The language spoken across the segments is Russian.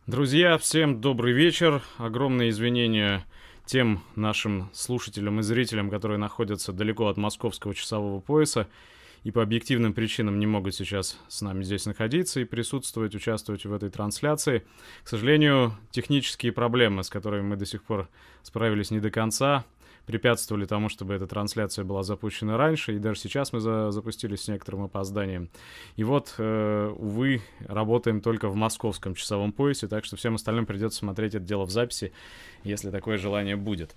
Друзья, всем добрый вечер. Огромные извинения тем нашим слушателям и зрителям, которые находятся далеко от московского часового пояса и по объективным причинам не могут сейчас с нами здесь находиться и присутствовать, участвовать в этой трансляции. К сожалению, технические проблемы, с которыми мы до сих пор справились не до конца, препятствовали тому, чтобы эта трансляция была запущена раньше, и даже сейчас мы запустились с некоторым опозданием. И вот, увы, работаем только в московском часовом поясе, так что всем остальным придется смотреть это дело в записи, если такое желание будет.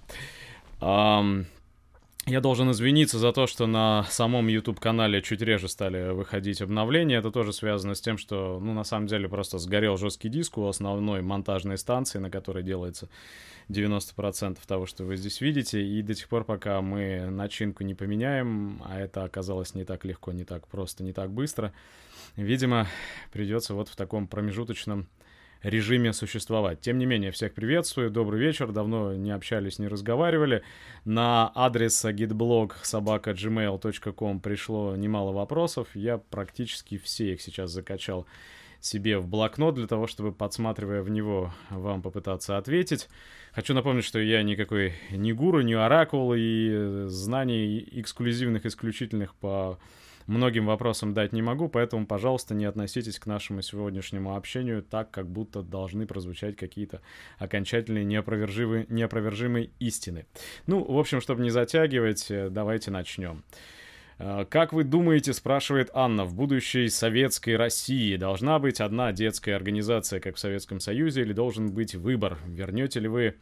Я должен извиниться за то, что на самом YouTube-канале чуть реже стали выходить обновления. Это тоже связано с тем, что, на самом деле, просто сгорел жесткий диск у основной монтажной станции, на которой делается 90% того, что вы здесь видите. И до тех пор, пока мы начинку не поменяем, а это оказалось не так легко, не так просто, не так быстро, видимо, придется вот в таком промежуточном режиме существовать. Тем не менее, всех приветствую, добрый вечер, давно не общались, не разговаривали. На адрес gitblog@gmail.com пришло немало вопросов, я практически все их сейчас закачал себе в блокнот для того, чтобы, подсматривая в него, вам попытаться ответить. Хочу напомнить, что я никакой не гуру, не оракул, и знаний эксклюзивных, исключительных по многим вопросам дать не могу, поэтому, пожалуйста, не относитесь к нашему сегодняшнему общению так, как будто должны прозвучать какие-то окончательные неопровержимые истины. В общем, чтобы не затягивать, давайте начнем. Как вы думаете, спрашивает Анна, в будущей советской России должна быть одна детская организация, как в Советском Союзе, или должен быть выбор? Верите ли вы,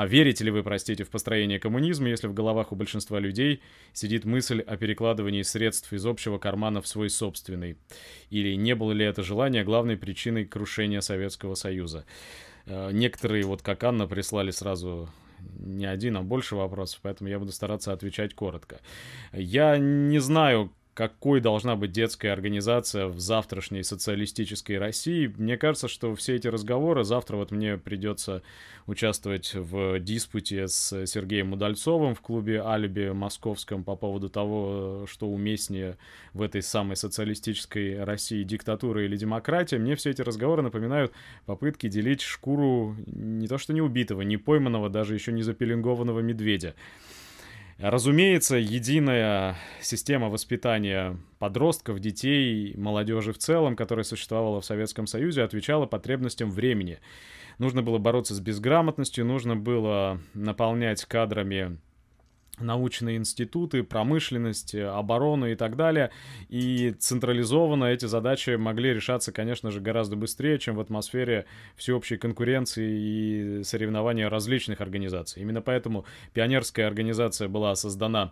в построение коммунизма, если в головах у большинства людей сидит мысль о перекладывании средств из общего кармана в свой собственный? Или не было ли это желание главной причиной крушения Советского Союза? Некоторые, вот как Анна, прислали сразу не один, а больше вопросов, поэтому я буду стараться отвечать коротко. Я не знаю, какой должна быть детская организация в завтрашней социалистической России. Мне кажется, что все эти разговоры, завтра вот мне придется участвовать в диспуте с Сергеем Удальцовым в клубе «Алиби» московском по поводу того, что уместнее в этой самой социалистической России, диктатура или демократия. Мне все эти разговоры напоминают попытки делить шкуру не то что не убитого, не пойманного, даже еще не запеленгованного медведя. Разумеется, единая система воспитания подростков, детей, молодежи в целом, которая существовала в Советском Союзе, отвечала потребностям времени. Нужно было бороться с безграмотностью, нужно было наполнять кадрами научные институты, промышленность, оборону и так далее. И централизованно эти задачи могли решаться, конечно же, гораздо быстрее, чем в атмосфере всеобщей конкуренции и соревнования различных организаций. Именно поэтому пионерская организация была создана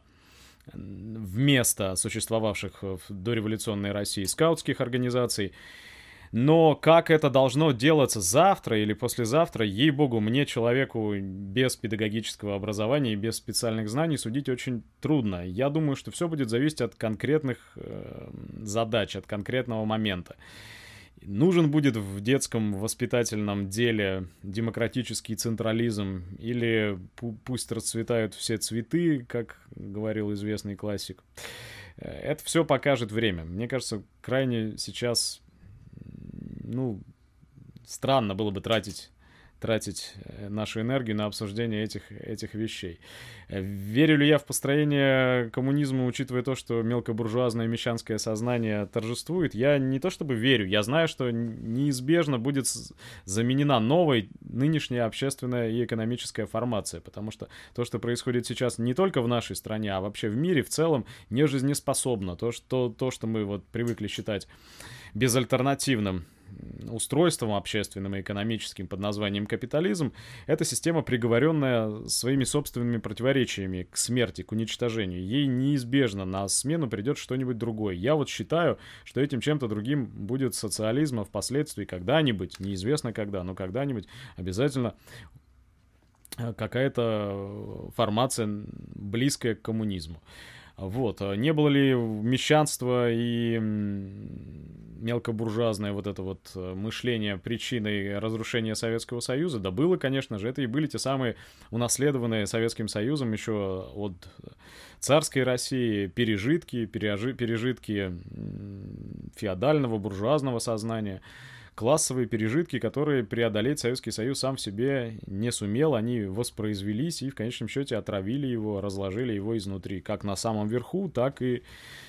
вместо существовавших в дореволюционной России скаутских организаций. Но как это должно делаться завтра или послезавтра, ей-богу, мне, человеку без педагогического образования и без специальных знаний, судить очень трудно. Я думаю, что все будет зависеть от конкретных задач, от конкретного момента. Нужен будет в детском воспитательном деле демократический централизм или пусть расцветают все цветы, как говорил известный классик. Это все покажет время. Мне кажется, крайне сейчас... странно было бы тратить нашу энергию на обсуждение этих вещей. Верю ли я в построение коммунизма, учитывая то, что мелкобуржуазное мещанское сознание торжествует? Я не то чтобы верю, я знаю, что неизбежно будет заменена новой нынешняя общественная и экономическая формация, потому что то, что происходит сейчас не только в нашей стране, а вообще в мире в целом, не жизнеспособно. То, что мы вот привыкли считать безальтернативным устройством общественным и экономическим под названием капитализм, это система, приговоренная своими собственными противоречиями к смерти, к уничтожению. Ей неизбежно на смену придет что-нибудь другое. Я вот считаю, что этим чем-то другим будет социализм, а впоследствии когда-нибудь, неизвестно когда, но когда-нибудь обязательно какая-то формация, близкая к коммунизму. Вот. Не было ли мещанство и мелкобуржуазное вот это вот мышление причиной разрушения Советского Союза? Да было, конечно же. Это и были те самые унаследованные Советским Союзом еще от царской России пережитки феодального буржуазного сознания, классовые пережитки, которые преодолеть Советский Союз сам в себе не сумел. Они воспроизвелись и в конечном счете отравили его, разложили его изнутри. Как на самом верху, так и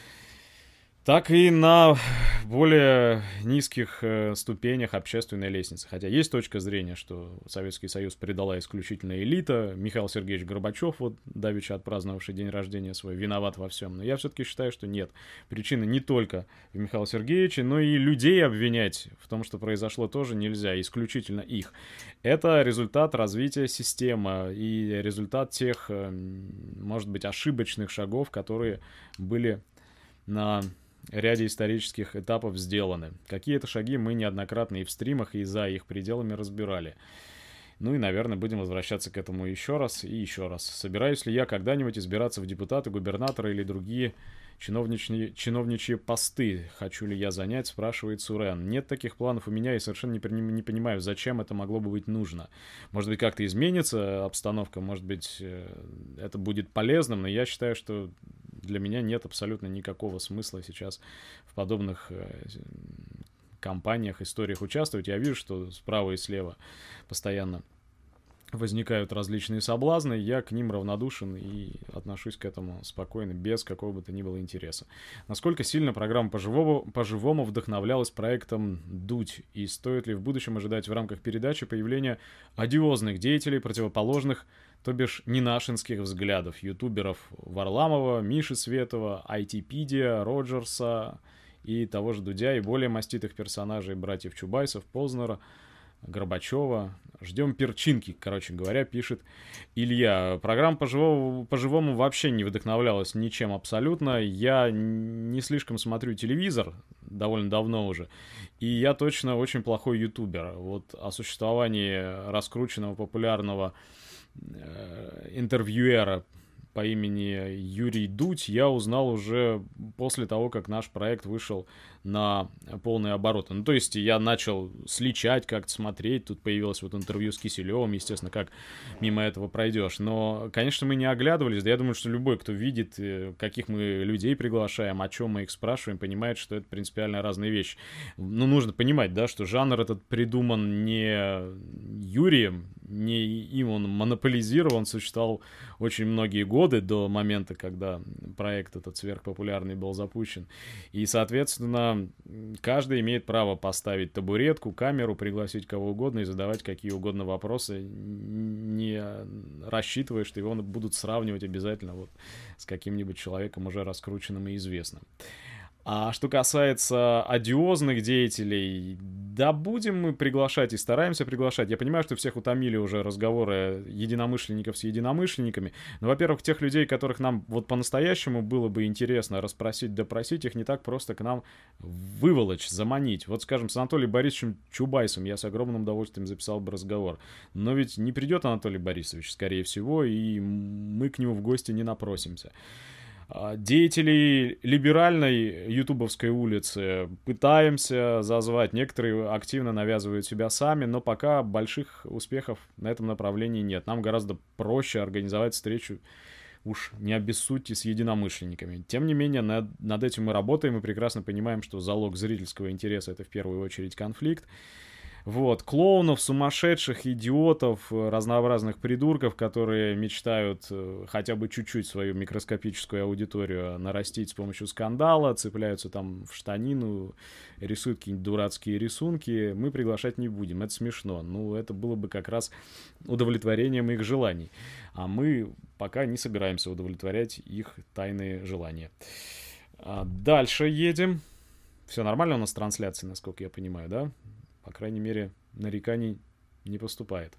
на более низких ступенях общественной лестницы. Хотя есть точка зрения, что Советский Союз предала исключительно элита. Михаил Сергеевич Горбачев, вот давеча отпраздновавший день рождения свой, виноват во всем. Но я все-таки считаю, что нет. Причина не только в Михаиле Сергеевиче, но и людей обвинять в том, что произошло, тоже нельзя. Исключительно их. Это результат развития системы и результат тех, может быть, ошибочных шагов, которые были на ряде исторических этапов сделаны. Какие-то шаги мы неоднократно и в стримах, и за их пределами разбирали. Ну и, наверное, будем возвращаться к этому еще раз и еще раз. Собираюсь ли я когда-нибудь избираться в депутаты, губернатора или другие чиновничьи посты? Хочу ли я занять, спрашивает Сурен. Нет таких планов у меня и совершенно не понимаю, зачем это могло бы быть нужно. Может быть, как-то изменится обстановка, может быть, это будет полезным, но я считаю, что для меня нет абсолютно никакого смысла сейчас в подобных кампаниях, историях участвовать. Я вижу, что справа и слева постоянно возникают различные соблазны, я к ним равнодушен и отношусь к этому спокойно, без какого бы то ни было интереса. Насколько сильно программа по-живому вдохновлялась проектом «Дудь», и стоит ли в будущем ожидать в рамках передачи появления одиозных деятелей, противоположных, то бишь ненашинских взглядов, ютуберов Варламова, Миши Светова, Айтипедия, Роджерса и того же Дудя, и более маститых персонажей братьев Чубайсов, Познера, Горбачева. Ждем перчинки, короче говоря, пишет Илья. Программа по-живому вообще не вдохновлялась ничем абсолютно. Я не слишком смотрю телевизор, довольно давно уже, и я точно очень плохой ютубер. Вот о существовании раскрученного популярного интервьюера по имени Юрий Дудь я узнал уже после того, как наш проект вышел на полные обороты. Ну, то есть я начал сличать, как-то смотреть, тут появилось вот интервью с Киселевым, естественно, как мимо этого пройдешь. Но, конечно, мы не оглядывались, да я думаю, что любой, кто видит, каких мы людей приглашаем, о чем мы их спрашиваем, понимает, что это принципиально разные вещи. Ну, нужно понимать, да, что жанр этот придуман не Юрием, не им он монополизирован, существовал очень многие годы до момента, когда проект этот сверхпопулярный был запущен. И, соответственно, каждый имеет право поставить табуретку, камеру, пригласить кого угодно и задавать какие угодно вопросы, не рассчитывая, что его будут сравнивать обязательно вот с каким-нибудь человеком уже раскрученным и известным. А что касается одиозных деятелей, да будем мы приглашать и стараемся приглашать. Я понимаю, что всех утомили уже разговоры единомышленников с единомышленниками. Но, во-первых, тех людей, которых нам вот по-настоящему было бы интересно расспросить, допросить, их не так просто к нам выволочь, заманить. Вот, скажем, с Анатолием Борисовичем Чубайсом я с огромным удовольствием записал бы разговор. Но ведь не придет Анатолий Борисович, скорее всего, и мы к нему в гости не напросимся. Деятелей либеральной ютубовской улицы пытаемся зазвать. Некоторые активно навязывают себя сами, но пока больших успехов на этом направлении нет. Нам гораздо проще организовать встречу, уж не обессудьте, с единомышленниками. Тем не менее, над этим мы работаем и прекрасно понимаем, что залог зрительского интереса — это в первую очередь конфликт. Вот, клоунов, сумасшедших, идиотов, разнообразных придурков, которые мечтают хотя бы чуть-чуть свою микроскопическую аудиторию нарастить с помощью скандала, цепляются там в штанину, рисуют какие-нибудь дурацкие рисунки, мы приглашать не будем, это смешно. Ну, это было бы как раз удовлетворением их желаний. А мы пока не собираемся удовлетворять их тайные желания. Дальше едем. Все нормально у нас с трансляцией, насколько я понимаю, да? По крайней мере, нареканий не поступает.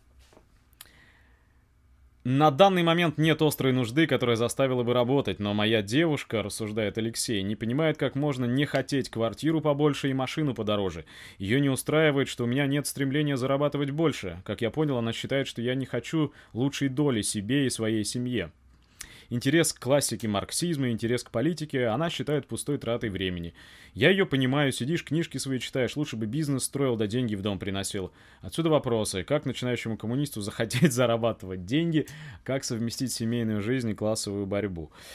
На данный момент нет острой нужды, которая заставила бы работать, но моя девушка, рассуждает Алексей, не понимает, как можно не хотеть квартиру побольше и машину подороже. Ее не устраивает, что у меня нет стремления зарабатывать больше. Как я понял, она считает, что я не хочу лучшей доли себе и своей семье. Интерес к классике марксизма, интерес к политике она считает пустой тратой времени. Я ее понимаю, сидишь, книжки свои читаешь, лучше бы бизнес строил, да деньги в дом приносил. Отсюда вопросы, как начинающему коммунисту захотеть зарабатывать деньги, как совместить семейную жизнь и классовую борьбу.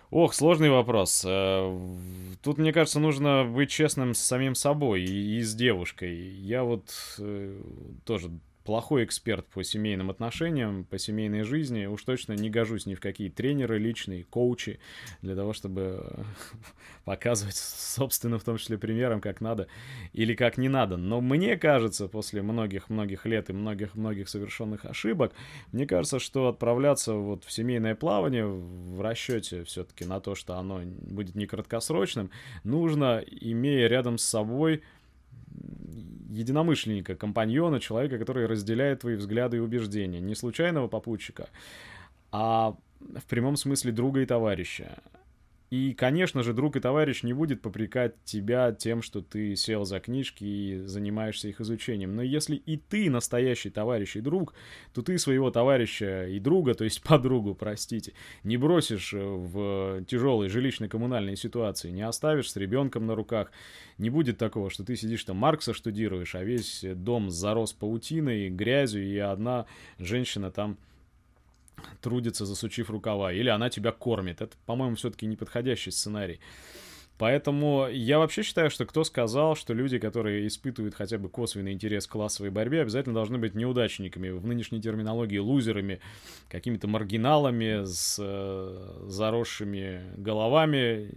Ох, сложный вопрос. Тут, мне кажется, нужно быть честным с самим собой и с девушкой. Я вот тоже плохой эксперт по семейным отношениям, по семейной жизни. Уж точно не гожусь ни в какие тренеры личные, коучи, для того, чтобы показывать собственным, в том числе, примером, как надо или как не надо. Но мне кажется, после многих-многих лет и многих-многих совершенных ошибок, мне кажется, что отправляться вот в семейное плавание в расчете все-таки на то, что оно будет не краткосрочным, нужно, имея рядом с собой единомышленника, компаньона, человека, который разделяет твои взгляды и убеждения. Не случайного попутчика, а в прямом смысле друга и товарища. И, конечно же, друг и товарищ не будет попрекать тебя тем, что ты сел за книжки и занимаешься их изучением. Но если и ты настоящий товарищ и друг, то ты своего товарища и друга, то есть подругу, простите, не бросишь в тяжелой жилищно-коммунальной ситуации, не оставишь с ребенком на руках. Не будет такого, что ты сидишь там Маркса штудируешь, а весь дом зарос паутиной, грязью, и одна женщина там трудится, засучив рукава, или она тебя кормит. Это, по-моему, все-таки неподходящий сценарий. Поэтому я вообще считаю, что кто сказал, что люди, которые испытывают хотя бы косвенный интерес к классовой борьбе, обязательно должны быть неудачниками, в нынешней терминологии лузерами, какими-то маргиналами с заросшими головами,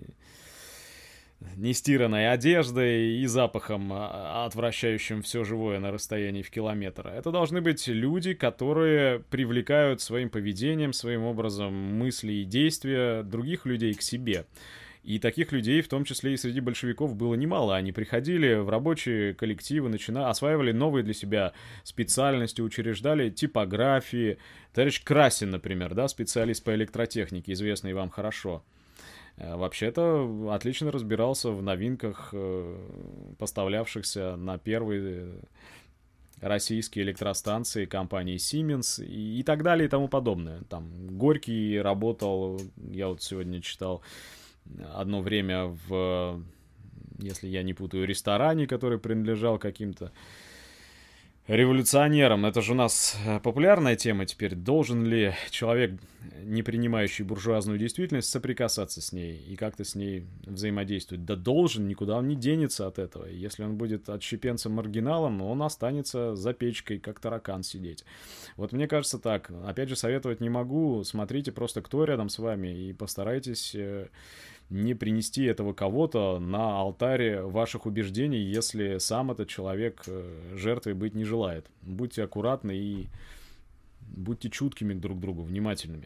нестиранной одеждой и запахом, отвращающим все живое на расстоянии в километр. Это должны быть люди, которые привлекают своим поведением, своим образом мысли и действия других людей к себе. И таких людей, в том числе и среди большевиков, было немало. Они приходили в рабочие коллективы, осваивали новые для себя специальности, учреждали типографии. Товарищ Красин, например, да, специалист по электротехнике, известный вам хорошо. Вообще-то отлично разбирался в новинках, поставлявшихся на первые российские электростанции компании Siemens и так далее и тому подобное. Там Горький работал, я вот сегодня читал, одно время если я не путаю, ресторане, который принадлежал каким-то революционерам. Это же у нас популярная тема теперь. Должен ли человек, не принимающий буржуазную действительность, соприкасаться с ней и как-то с ней взаимодействовать? Да должен, никуда он не денется от этого. Если он будет отщепенцем-маргиналом, он останется за печкой, как таракан, сидеть. Вот мне кажется так. Опять же, советовать не могу. Смотрите просто, кто рядом с вами, и постарайтесь не принести этого кого-то на алтарь ваших убеждений, если сам этот человек жертвой быть не желает. Будьте аккуратны и будьте чуткими друг к другу, внимательными.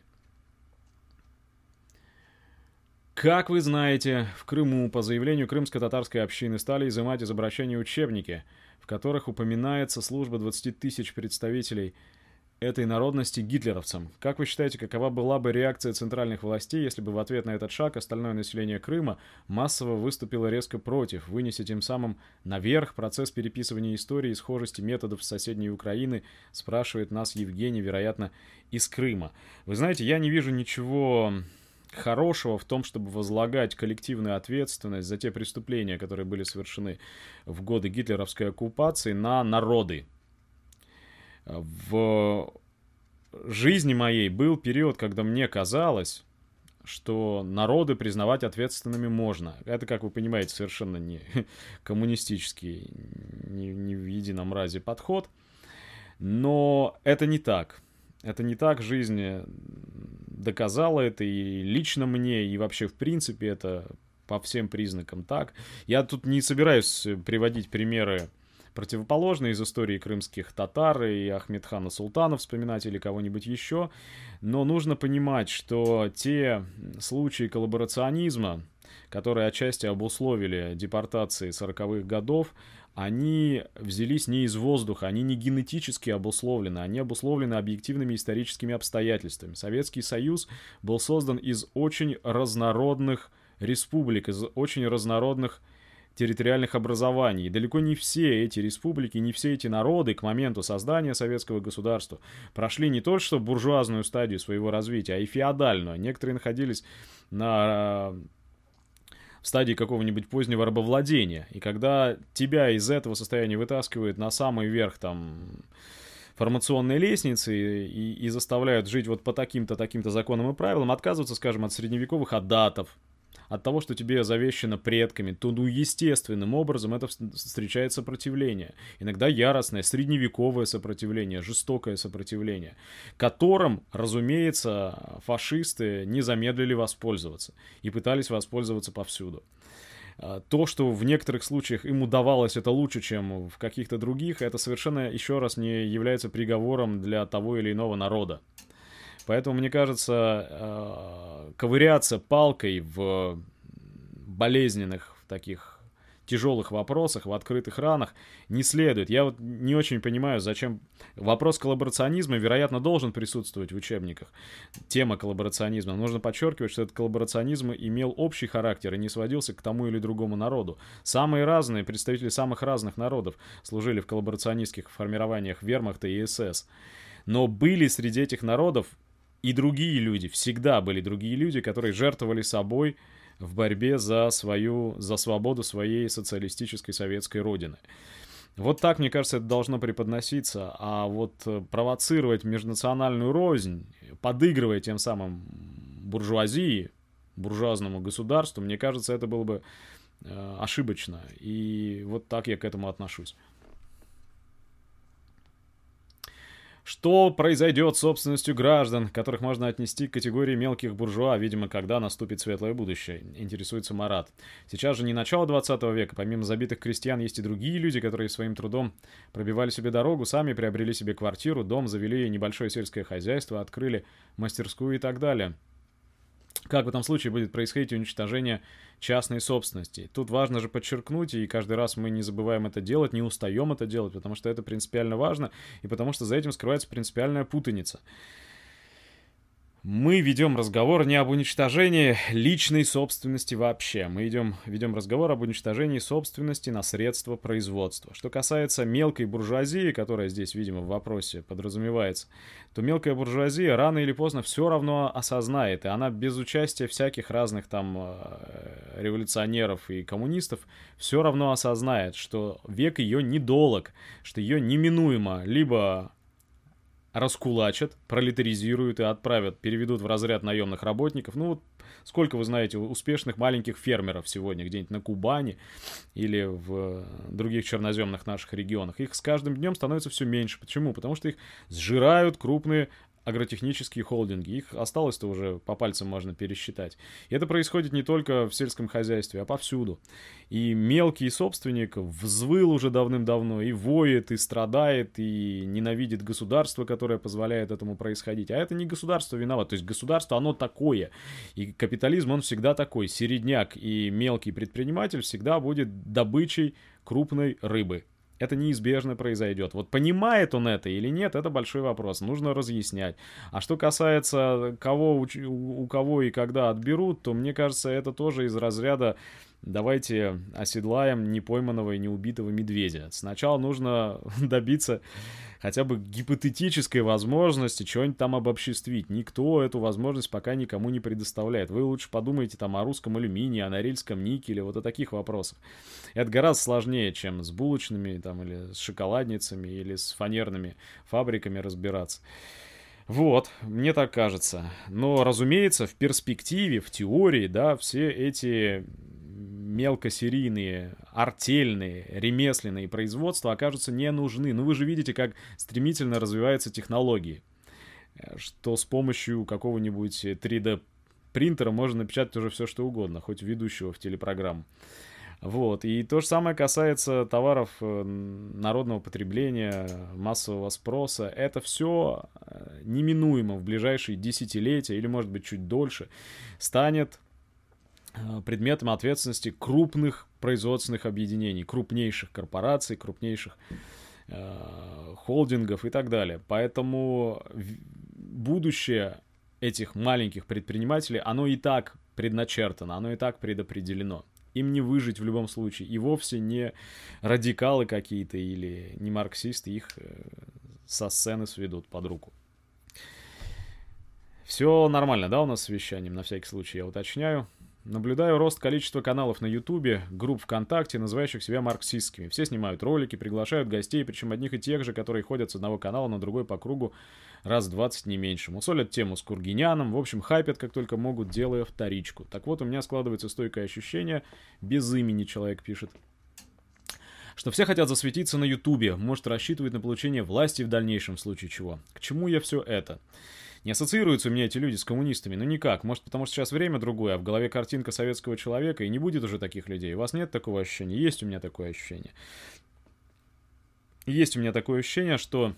Как вы знаете, в Крыму по заявлению крымско-татарской общины стали изымать из обращения учебники, в которых упоминается служба 20 тысяч представителей этой народности гитлеровцам. Как вы считаете, какова была бы реакция центральных властей, если бы в ответ на этот шаг остальное население Крыма массово выступило резко против, вынеся тем самым наверх процесс переписывания истории и схожести методов с соседней Украины, спрашивает нас Евгений, вероятно, из Крыма. Вы знаете, я не вижу ничего хорошего в том, чтобы возлагать коллективную ответственность за те преступления, которые были совершены в годы гитлеровской оккупации, на народы. В жизни моей был период, когда мне казалось, что народы признавать ответственными можно. Это, как вы понимаете, совершенно не коммунистический, не в едином разе подход. Но это не так. Это не так. Жизнь доказала это и лично мне, и вообще в принципе это по всем признакам так. Я тут не собираюсь приводить примеры противоположные из истории крымских татар и Ахмедхана Султана вспоминать или кого-нибудь еще, но нужно понимать, что те случаи коллаборационизма, которые отчасти обусловили депортации 40-х годов, они взялись не из воздуха, они не генетически обусловлены, они обусловлены объективными историческими обстоятельствами. Советский Союз был создан из очень разнородных республик, из очень разнородных территориальных образований. И далеко не все эти республики, не все эти народы к моменту создания советского государства прошли не только что буржуазную стадию своего развития, а и феодальную. Некоторые находились в стадии какого-нибудь позднего рабовладения. И когда тебя из этого состояния вытаскивают на самый верх там формационной лестнице и заставляют жить вот по таким-то, таким-то законам и правилам, отказываться, скажем, от средневековых адатов, от того, что тебе завещено предками, то, ну, естественным образом это встречает сопротивление. Иногда яростное, средневековое сопротивление, жестокое сопротивление, которым, разумеется, фашисты не замедлили воспользоваться и пытались воспользоваться повсюду. То, что в некоторых случаях им удавалось это лучше, чем в каких-то других, это совершенно, еще раз, не является приговором для того или иного народа. Поэтому, мне кажется, ковыряться палкой в болезненных таких тяжелых вопросах, в открытых ранах не следует. Я вот не очень понимаю, зачем... Вопрос коллаборационизма, вероятно, должен присутствовать в учебниках. Тема коллаборационизма. Нужно подчеркивать, что этот коллаборационизм имел общий характер и не сводился к тому или другому народу. Самые разные, представители самых разных народов служили в коллаборационистских формированиях вермахта и СС. Но были среди этих народов и другие люди, всегда были другие люди, которые жертвовали собой в борьбе за свободу своей социалистической советской родины. Вот так, мне кажется, это должно преподноситься. А вот провоцировать межнациональную рознь, подыгрывая тем самым буржуазии, буржуазному государству, мне кажется, это было бы ошибочно. И вот так я к этому отношусь. Что произойдет с собственностью граждан, которых можно отнести к категории мелких буржуа, видимо, когда наступит светлое будущее? Интересуется Марат. Сейчас же не начало 20 века. Помимо забитых крестьян есть и другие люди, которые своим трудом пробивали себе дорогу, сами приобрели себе квартиру, дом, завели небольшое сельское хозяйство, открыли мастерскую и так далее. Как в этом случае будет происходить уничтожение частной собственности? Тут важно же подчеркнуть, и каждый раз мы не забываем это делать, не устаем это делать, потому что это принципиально важно, и потому что за этим скрывается принципиальная путаница. Мы ведем разговор не об уничтожении личной собственности вообще. Мы ведем разговор об уничтожении собственности на средства производства. Что касается мелкой буржуазии, которая здесь, видимо, в вопросе подразумевается, то мелкая буржуазия рано или поздно все равно осознает, и она без участия всяких разных там революционеров и коммунистов все равно осознает, что век ее недолог, что ее неминуемо либо раскулачат, пролетаризируют и отправят, переведут в разряд наемных работников. Ну вот сколько вы знаете успешных маленьких фермеров сегодня где-нибудь на Кубани или в других черноземных наших регионах. Их с каждым днем становится все меньше. Почему? Потому что их сжирают крупные агротехнические холдинги. Их осталось-то уже по пальцам можно пересчитать. И это происходит не только в сельском хозяйстве, а повсюду. И мелкий собственник взвыл уже давным-давно, и воет, и страдает, и ненавидит государство, которое позволяет этому происходить. А это не государство виновато. То есть государство, оно такое. И капитализм, он всегда такой. Середняк и мелкий предприниматель всегда будет добычей крупной рыбы. Это неизбежно произойдет. Вот понимает он это или нет, это большой вопрос. Нужно разъяснять. А что касается кого, у кого и когда отберут, то мне кажется, это тоже из разряда давайте оседлаем непойманного и неубитого медведя. Сначала нужно добиться хотя бы гипотетической возможности что-нибудь там обобществить. Никто эту возможность пока никому не предоставляет. Вы лучше подумайте там о русском алюминии, о норильском никеле, вот о таких вопросах. Это гораздо сложнее, чем с булочными там, или с шоколадницами, или с фанерными фабриками разбираться. Вот, мне так кажется. Но, разумеется, в перспективе, в теории, да, все эти мелкосерийные, артельные, ремесленные производства окажутся не нужны. Ну, вы же видите, как стремительно развиваются технологии. Что с помощью какого-нибудь 3D-принтера можно напечатать уже все, что угодно, хоть ведущего в телепрограмму. Вот. И то же самое касается товаров народного потребления, массового спроса. Это все неминуемо в ближайшие десятилетия, или, может быть, чуть дольше, станет предметом ответственности крупных производственных объединений, крупнейших корпораций, крупнейших холдингов и так далее. Поэтому будущее этих маленьких предпринимателей, оно и так предначертано, оно и так предопределено. Им не выжить в любом случае. И вовсе не радикалы какие-то или не марксисты их со сцены сведут под руку. Все нормально, да, у нас с вещанием? На всякий случай я уточняю. Наблюдаю рост количества каналов на Ютубе, групп ВКонтакте, называющих себя марксистскими. Все снимают ролики, приглашают гостей, причем одних и тех же, которые ходят с одного канала на другой по кругу раз в 20, не меньше. Мусолят тему с Кургиняном, в общем, хайпят как только могут, делая вторичку. Так вот, у меня складывается стойкое ощущение, без имени человек пишет, что все хотят засветиться на Ютубе, может рассчитывать на получение власти в дальнейшем, в случае чего. К чему я все это? Не ассоциируются у меня эти люди с коммунистами, ну никак. Может, потому что сейчас время другое, а в голове картинка советского человека, и не будет уже таких людей. У вас нет такого ощущения? Есть у меня такое ощущение. Есть у меня такое ощущение, что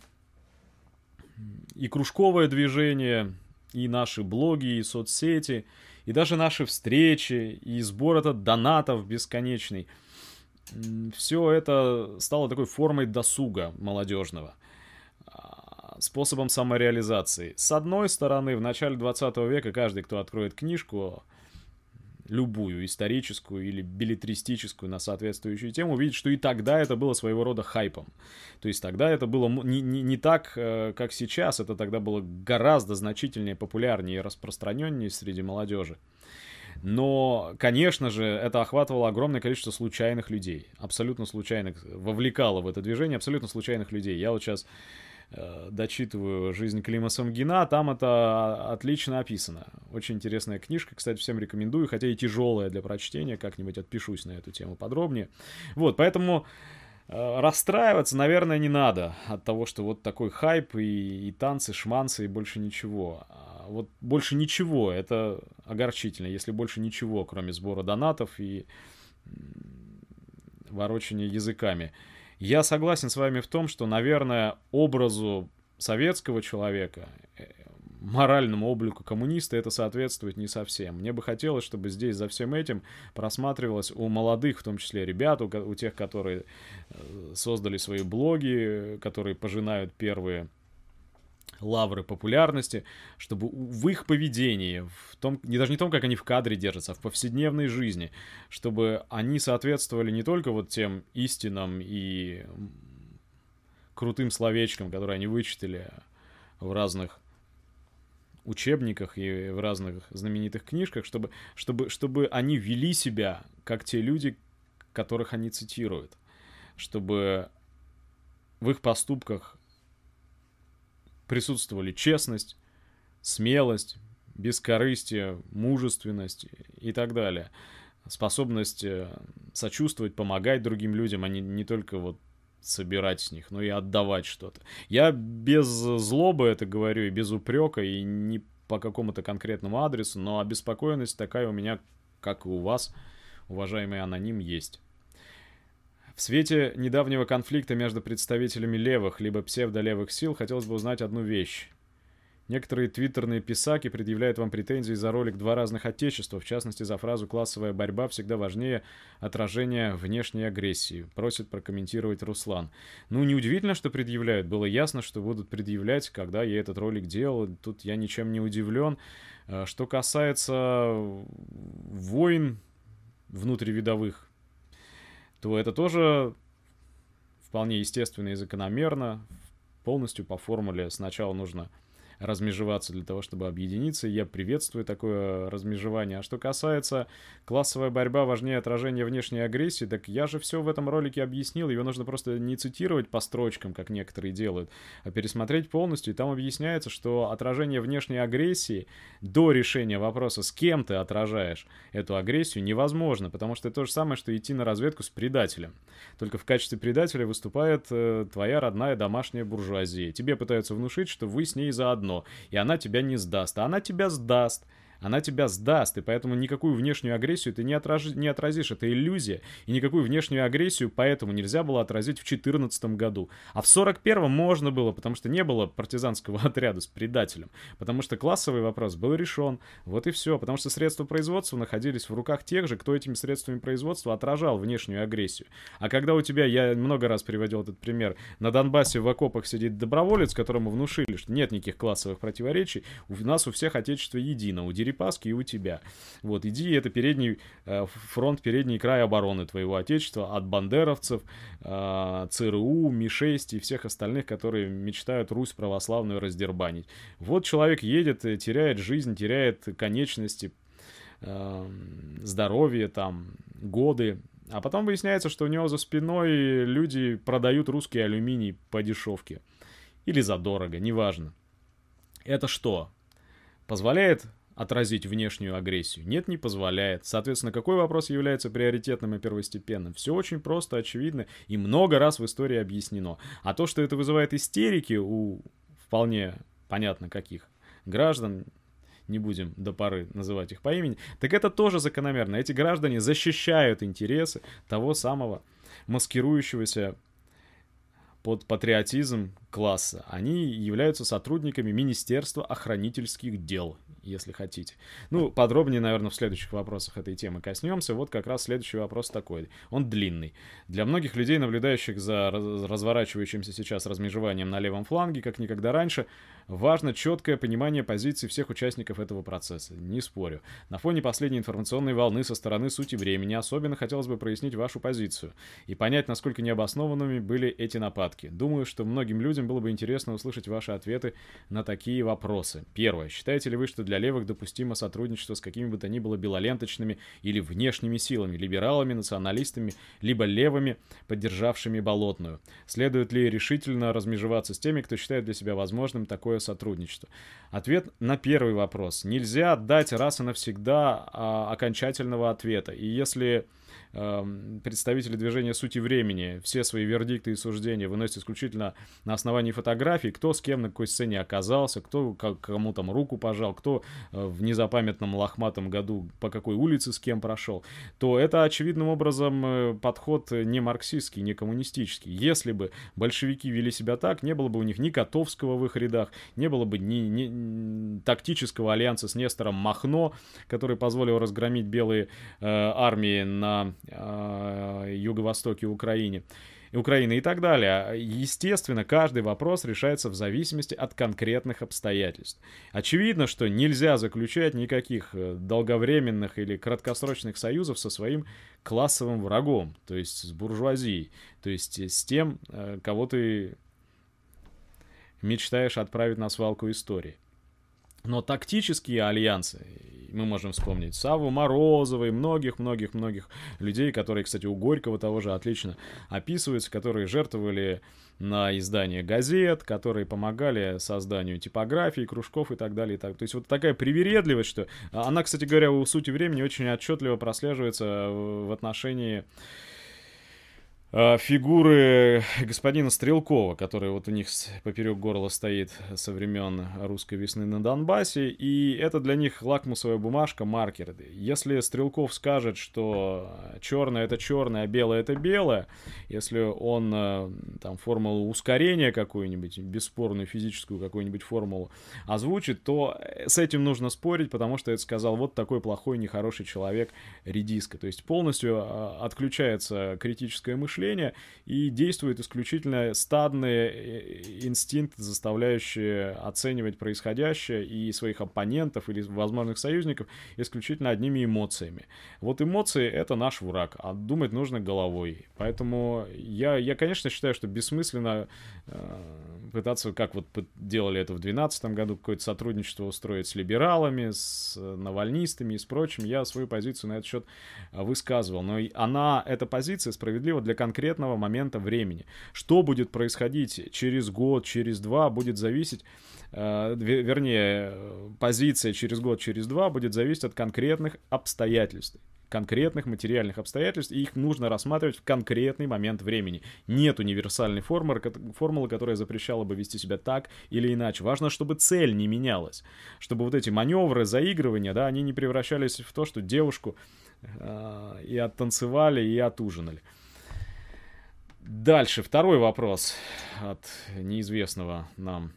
и кружковое движение, и наши блоги, и соцсети, и даже наши встречи, и сбор этот донатов бесконечный, все это стало такой формой досуга молодежного, способом самореализации. С одной стороны, в начале 20 века каждый, кто откроет книжку, любую, историческую или беллетристическую на соответствующую тему, увидит, что и тогда это было своего рода хайпом. То есть тогда это было не так, как сейчас, это тогда было гораздо значительнее, популярнее и распространеннее среди молодежи. Но, конечно же, это охватывало огромное количество случайных людей, абсолютно случайных, вовлекало в это движение абсолютно случайных людей. Я вот сейчас дочитываю «Жизнь Клима Самгина», там это отлично описано. Очень интересная книжка, кстати, всем рекомендую, хотя и тяжелая для прочтения, как-нибудь отпишусь на эту тему подробнее. Вот, поэтому расстраиваться, наверное, не надо от того, что вот такой хайп и танцы, шманцы, и больше ничего. Вот больше ничего, это огорчительно, если больше ничего, кроме сбора донатов и ворочания языками. Я согласен с вами в том, что, наверное, образу советского человека, моральному облику коммуниста это соответствует не совсем. Мне бы хотелось, чтобы здесь за всем этим просматривалось у молодых, в том числе ребят, у тех, которые создали свои блоги, которые пожинают первые лавры популярности, чтобы в их поведении, в том, даже не в том, как они в кадре держатся, а в повседневной жизни, чтобы они соответствовали не только вот тем истинам и крутым словечкам, которые они вычитали в разных учебниках и в разных знаменитых книжках, чтобы они вели себя, как те люди, которых они цитируют, чтобы в их поступках присутствовали честность, смелость, бескорыстие, мужественность и так далее. Способность сочувствовать, помогать другим людям, а не только вот собирать с них, но и отдавать что-то. Я без злобы это говорю, и без упрека, и не по какому-то конкретному адресу, но обеспокоенность такая у меня, как и у вас, уважаемый аноним, есть. В свете недавнего конфликта между представителями левых либо псевдолевых сил хотелось бы узнать одну вещь. Некоторые твиттерные писаки предъявляют вам претензии за ролик «Два разных отечества», в частности за фразу «классовая борьба всегда важнее отражения внешней агрессии», просит прокомментировать Руслан. Ну, неудивительно, что предъявляют. Было ясно, что будут предъявлять, когда я этот ролик делал. Тут я ничем не удивлен. Что касается войн внутривидовых, то это тоже вполне естественно и закономерно. Полностью по формуле сначала нужно размежеваться для того, чтобы объединиться. Я приветствую такое размежевание. А что касается классовая борьба важнее отражения внешней агрессии, так я же все в этом ролике объяснил. Ее нужно просто не цитировать по строчкам, как некоторые делают, а пересмотреть полностью. И там объясняется, что отражение внешней агрессии до решения вопроса, с кем ты отражаешь эту агрессию, невозможно, потому что это то же самое, что идти на разведку с предателем. Только в качестве предателя выступает твоя родная домашняя буржуазия. Тебе пытаются внушить, что вы с ней заодно, и она тебя не сдаст. А она тебя сдаст. Она тебя сдаст, и поэтому никакую внешнюю агрессию ты не отразишь. Это иллюзия. И никакую внешнюю агрессию поэтому нельзя было отразить в 2014 году. А в 1941 можно было, потому что не было партизанского отряда с предателем. Потому что классовый вопрос был решен. Вот и все. Потому что средства производства находились в руках тех же, кто этими средствами производства отражал внешнюю агрессию. А когда у тебя, я много раз приводил этот пример, на Донбассе в окопах сидит доброволец, которому внушили, что нет никаких классовых противоречий, у нас у всех отечество едино, у Дерипаски и у тебя. Вот, иди, это передний фронт, передний край обороны твоего отечества от бандеровцев, ЦРУ, Ми-6 и всех остальных, которые мечтают Русь православную раздербанить. Вот человек едет, теряет жизнь, теряет конечности, здоровье, там, годы. А потом выясняется, что у него за спиной люди продают русский алюминий по дешевке. Или задорого, неважно. Это что? Позволяет отразить внешнюю агрессию? Нет, не позволяет. Соответственно, какой вопрос является приоритетным и первостепенным? Все очень просто, очевидно и много раз в истории объяснено. А то, что это вызывает истерики у вполне понятно каких граждан, не будем до поры называть их по имени, так это тоже закономерно. Эти граждане защищают интересы того самого маскирующегося под патриотизм класса. Они являются сотрудниками Министерства охранительских дел, если хотите. Ну, подробнее, наверное, в следующих вопросах этой темы коснемся. Вот как раз следующий вопрос такой. Он длинный. Для многих людей, наблюдающих за разворачивающимся сейчас размежеванием на левом фланге, как никогда раньше, важно четкое понимание позиций всех участников этого процесса. Не спорю. На фоне последней информационной волны со стороны сути времени особенно хотелось бы прояснить вашу позицию и понять, насколько необоснованными были эти нападки. Думаю, что многим людям было бы интересно услышать ваши ответы на такие вопросы. Первое. Считаете ли вы, что для левых допустимо сотрудничество с какими бы то ни было белоленточными или внешними силами, либералами, националистами, либо левыми, поддержавшими Болотную? Следует ли решительно размежеваться с теми, кто считает для себя возможным такое сотрудничество? Ответ на первый вопрос. Нельзя дать раз и навсегда окончательного ответа. И если представители движения «Сути времени» все свои вердикты и суждения выносят исключительно на основании фотографий, кто с кем на какой сцене оказался, кто кому там руку пожал, кто в незапамятном лохматом году по какой улице с кем прошел, то это очевидным образом подход не марксистский, не коммунистический. Если бы большевики вели себя так, не было бы у них ни Котовского в их рядах, не было бы ни тактического альянса с Нестором Махно, который позволил разгромить белые армии на юго-востоке Украины и так далее. Естественно, каждый вопрос решается в зависимости от конкретных обстоятельств. Очевидно, что нельзя заключать никаких долговременных или краткосрочных союзов со своим классовым врагом, то есть с буржуазией, то есть с тем, кого ты мечтаешь отправить на свалку истории. Но тактические альянсы, мы можем вспомнить Савву Морозова и многих-многих-многих людей, которые, кстати, у Горького того же отлично описываются, которые жертвовали на издание газет, которые помогали созданию типографий, кружков и так далее. И так. То есть вот такая привередливость, что она, кстати говоря, у «Сути времени» очень отчетливо прослеживается в отношении фигуры господина Стрелкова, который вот у них поперек горла стоит со времен русской весны на Донбассе, и это для них лакмусовая бумажка, маркер. Если Стрелков скажет, что черное это черное, а белое это белое, если он там формулу ускорения какую-нибудь, бесспорную физическую какую-нибудь формулу озвучит, то с этим нужно спорить, потому что это сказал вот такой плохой, нехороший человек, редиска. То есть полностью отключается критическое мышление, и действует исключительно стадные инстинкты, заставляющие оценивать происходящее и своих оппонентов или возможных союзников исключительно одними эмоциями. Вот эмоции — это наш враг, а думать нужно головой. Поэтому я конечно, считаю, что бессмысленно пытаться, как вот делали это в 2012 году, какое-то сотрудничество устроить с либералами, с навальнистами и с прочим. Я свою позицию на этот счет высказывал. Но эта позиция справедлива для конкретного момента времени. Что будет происходить через год, через два, будет зависеть, вернее, позиция через год, через два будет зависеть от конкретных обстоятельств, конкретных материальных обстоятельств, и их нужно рассматривать в конкретный момент времени. Нет универсальной формулы, которая запрещала бы вести себя так или иначе. Важно, чтобы цель не менялась, чтобы вот эти маневры, заигрывания, да, они не превращались в то, что девушку и оттанцевали, и отужинали. Дальше, второй вопрос от неизвестного нам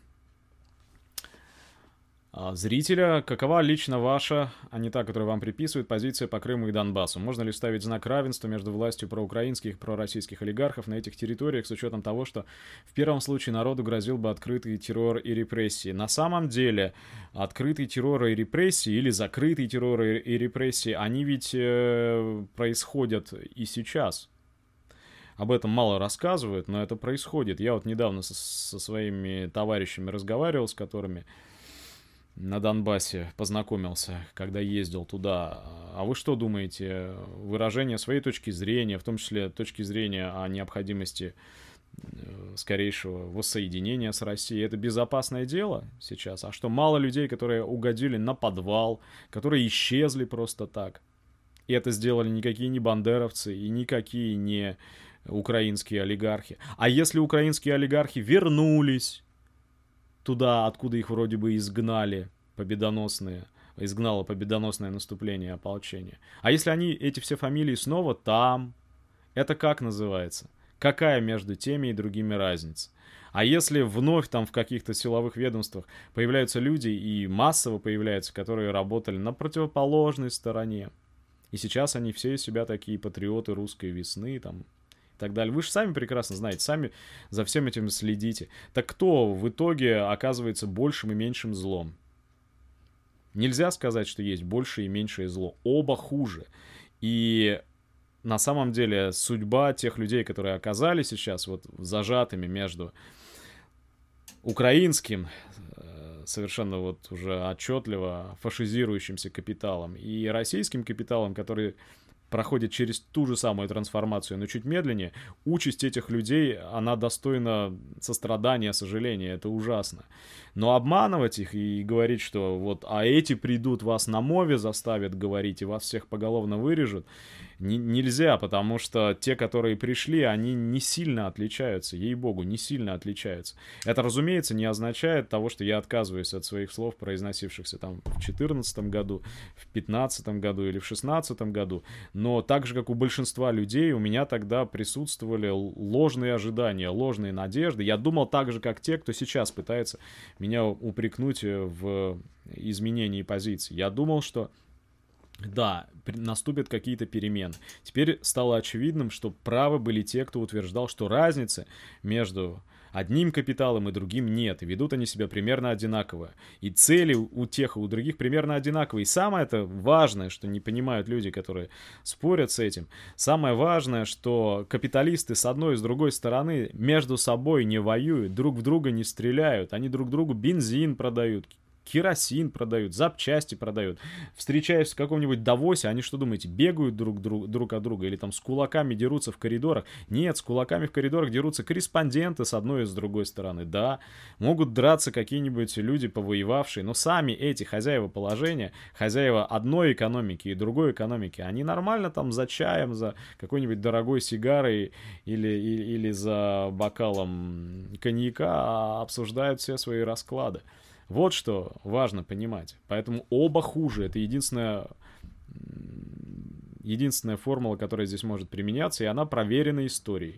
зрителя. Какова лично ваша, а не та, которую вам приписывают, позиция по Крыму и Донбассу? Можно ли ставить знак равенства между властью проукраинских и пророссийских олигархов на этих территориях с учетом того, что в первом случае народу грозил бы открытый террор и репрессии? На самом деле, открытый террор и репрессии или закрытый террор и репрессии, они ведь происходят и сейчас. Об этом мало рассказывают, но это происходит. Я вот недавно со своими товарищами разговаривал, с которыми на Донбассе познакомился, когда ездил туда. А вы что думаете? Выражение своей точки зрения, в том числе точки зрения о необходимости скорейшего воссоединения с Россией, это безопасное дело сейчас? А что, мало людей, которые угодили на подвал, которые исчезли просто так? И это сделали никакие не бандеровцы и никакие не украинские олигархи. А если украинские олигархи вернулись туда, откуда их вроде бы изгнало победоносное наступление ополчения. А если они, эти все фамилии, снова там, это как называется? Какая между теми и другими разница? А если вновь там в каких-то силовых ведомствах появляются люди, и массово появляются, которые работали на противоположной стороне, и сейчас они все из себя такие патриоты русской весны, там, и так далее. Вы же сами прекрасно знаете, сами за всем этим следите. Так кто в итоге оказывается большим и меньшим злом? Нельзя сказать, что есть большее и меньшее зло. Оба хуже. И на самом деле судьба тех людей, которые оказались сейчас вот зажатыми между украинским, совершенно вот уже отчетливо фашизирующимся капиталом и российским капиталом, который проходит через ту же самую трансформацию, но чуть медленнее, участь этих людей, она достойна сострадания, сожаления, это ужасно. Но обманывать их и говорить, что вот, а эти придут, вас на мове заставят говорить и вас всех поголовно вырежут, нельзя, потому что те, которые пришли, они не сильно отличаются, ей-богу, не сильно отличаются. Это, разумеется, не означает того, что я отказываюсь от своих слов, произносившихся там в 2014 году, в 2015 году или в 2016 году, но так же, как у большинства людей, у меня тогда присутствовали ложные ожидания, ложные надежды. Я думал так же, как те, кто сейчас пытается меня упрекнуть в изменении позиций. Я думал, что да, наступят какие-то перемены. Теперь стало очевидным, что правы были те, кто утверждал, что разницы между одним капиталом и другим нет, и ведут они себя примерно одинаково. И цели у тех и у других примерно одинаковые. И самое это важное, что не понимают люди, которые спорят с этим, самое важное, что капиталисты с одной и с другой стороны между собой не воюют, друг в друга не стреляют, они друг другу бензин продают, керосин продают, запчасти продают. Встречаясь в каком-нибудь Давосе, они что думаете, бегают друг от друга или там с кулаками дерутся в коридорах? Нет, с кулаками в коридорах дерутся корреспонденты с одной и с другой стороны. Да, могут драться какие-нибудь люди, повоевавшие, но сами эти хозяева положения, хозяева одной экономики и другой экономики, они нормально там за чаем, за какой-нибудь дорогой сигарой или за бокалом коньяка обсуждают все свои расклады. Вот что важно понимать. Поэтому оба хуже. Это единственная формула, которая здесь может применяться, и она проверена историей.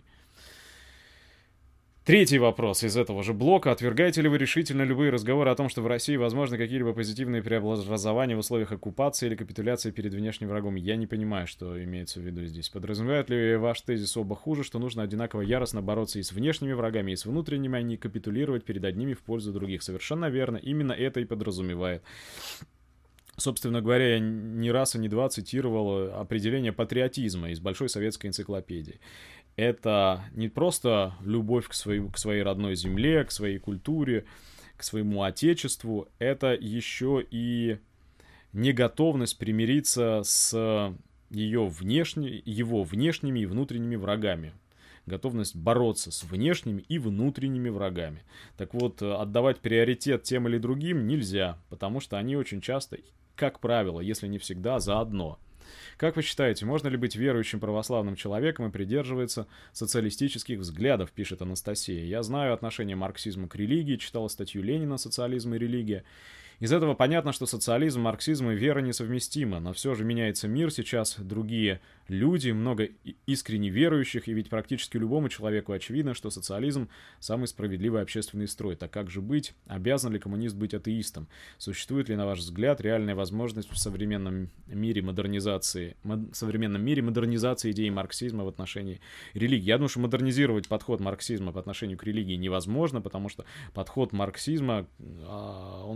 Третий вопрос из этого же блока. Отвергаете ли вы решительно любые разговоры о том, что в России возможны какие-либо позитивные преобразования в условиях оккупации или капитуляции перед внешним врагом? Я не понимаю, что имеется в виду здесь. Подразумевает ли ваш тезис оба хуже, что нужно одинаково яростно бороться и с внешними врагами, и с внутренними, а не капитулировать перед одними в пользу других? Совершенно верно. Именно это и подразумевает. Собственно говоря, я не раз и не два цитировал определение патриотизма из Большой советской энциклопедии. Это не просто любовь к своей родной земле, к своей культуре, к своему отечеству, это еще и неготовность примириться с его внешними и внутренними врагами. Готовность бороться с внешними и внутренними врагами. Так вот, отдавать приоритет тем или другим нельзя, потому что они очень часто, как правило, если не всегда, заодно. Как вы считаете, можно ли быть верующим православным человеком и придерживаться социалистических взглядов, пишет Анастасия. Я знаю отношение марксизма к религии, читала статью Ленина «Социализм и религия». Из этого понятно, что социализм, марксизм и вера несовместимы, но все же меняется мир сейчас, другие люди, много искренне верующих, и ведь практически любому человеку очевидно, что социализм – самый справедливый общественный строй. Так как же быть? Обязан ли коммунист быть атеистом? Существует ли, на ваш взгляд, реальная возможность в современном мире модернизации идеи марксизма в отношении религии? Я думаю, что модернизировать подход марксизма по отношению к религии невозможно, потому что подход марксизма, он очень прост.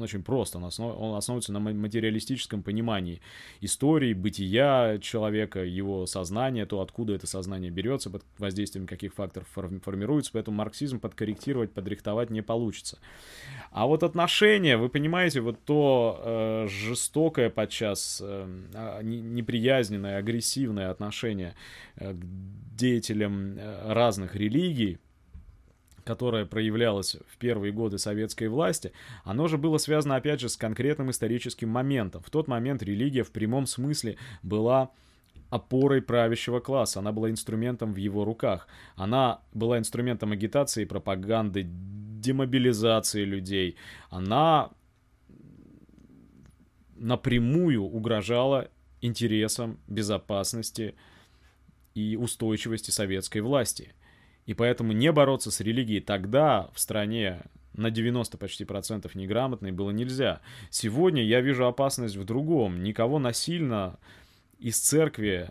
прост, он основывается на материалистическом понимании истории, бытия человека, его сознания, то, откуда это сознание берется, под воздействием каких факторов формируется, поэтому марксизм подкорректировать, подрихтовать не получится. А вот отношения, вы понимаете, вот то жестокое подчас, неприязненное, агрессивное отношение к деятелям разных религий, которое проявлялось в первые годы советской власти, оно же было связано, опять же, с конкретным историческим моментом. В тот момент религия в прямом смысле была опорой правящего класса, она была инструментом в его руках. Она была инструментом агитации, пропаганды, демобилизации людей. Она напрямую угрожала интересам безопасности и устойчивости советской власти. И поэтому не бороться с религией тогда в стране на 90 почти процентов неграмотной было нельзя. Сегодня я вижу опасность в другом. Никого насильно из церкви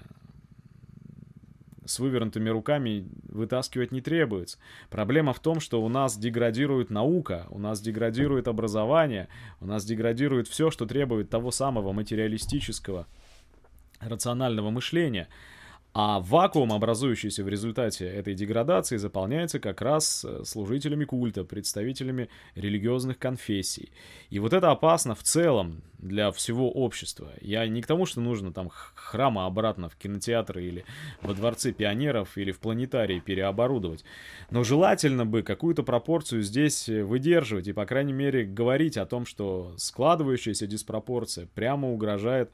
с вывернутыми руками вытаскивать не требуется. Проблема в том, что у нас деградирует наука, у нас деградирует образование, у нас деградирует все, что требует того самого материалистического, рационального мышления. А вакуум, образующийся в результате этой деградации, заполняется как раз служителями культа, представителями религиозных конфессий. И вот это опасно в целом для всего общества. Я не к тому, что нужно там храмы обратно в кинотеатры или во дворцы пионеров или в планетарии переоборудовать. Но желательно бы какую-то пропорцию здесь выдерживать и, по крайней мере, говорить о том, что складывающаяся диспропорция прямо угрожает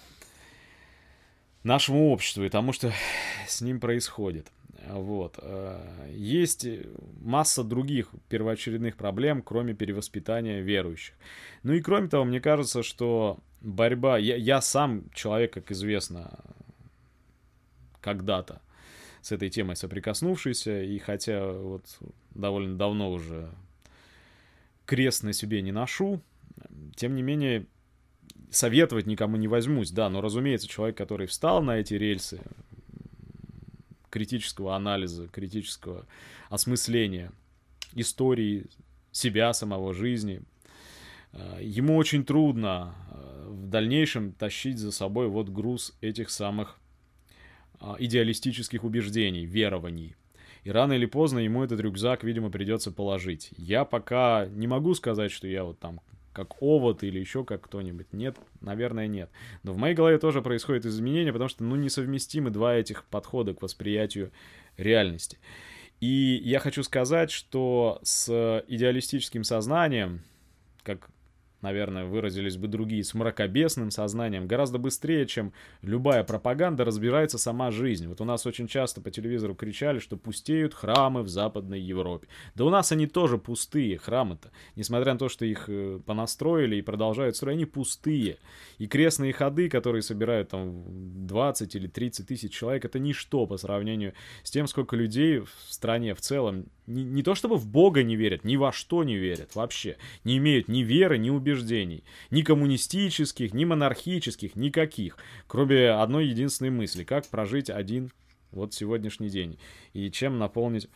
нашему обществу и тому, что с ним происходит. Вот. Есть масса других первоочередных проблем, кроме перевоспитания верующих. Ну и кроме того, мне кажется, что борьба... Я сам человек, как известно, когда-то с этой темой соприкоснувшийся, и хотя вот довольно давно уже крест на себе не ношу, тем не менее советовать никому не возьмусь, да, но, разумеется, человек, который встал на эти рельсы критического анализа, критического осмысления истории себя, самого жизни, ему очень трудно в дальнейшем тащить за собой вот груз этих самых идеалистических убеждений, верований. И рано или поздно ему этот рюкзак, видимо, придется положить. Я пока не могу сказать, что я вот там как овод или еще как кто-нибудь. Нет, наверное, нет. Но в моей голове тоже происходят изменения, потому что, несовместимы два этих подхода к восприятию реальности. И я хочу сказать, что с идеалистическим сознанием, как, наверное, выразились бы другие, с мракобесным сознанием, гораздо быстрее, чем любая пропаганда, разбирается сама жизнь. Вот у нас очень часто по телевизору кричали, что пустеют храмы в Западной Европе. Да у нас они тоже пустые, храмы-то. Несмотря на то, что их понастроили и продолжают строить, они пустые. И крестные ходы, которые собирают там 20 или 30 тысяч человек, это ничто по сравнению с тем, сколько людей в стране в целом не то чтобы в Бога не верят, ни во что не верят вообще. Не имеют ни веры, ни убеждений. Ни коммунистических, ни монархических, никаких. Кроме одной единственной мысли. Как прожить один вот сегодняшний день. И чем наполнить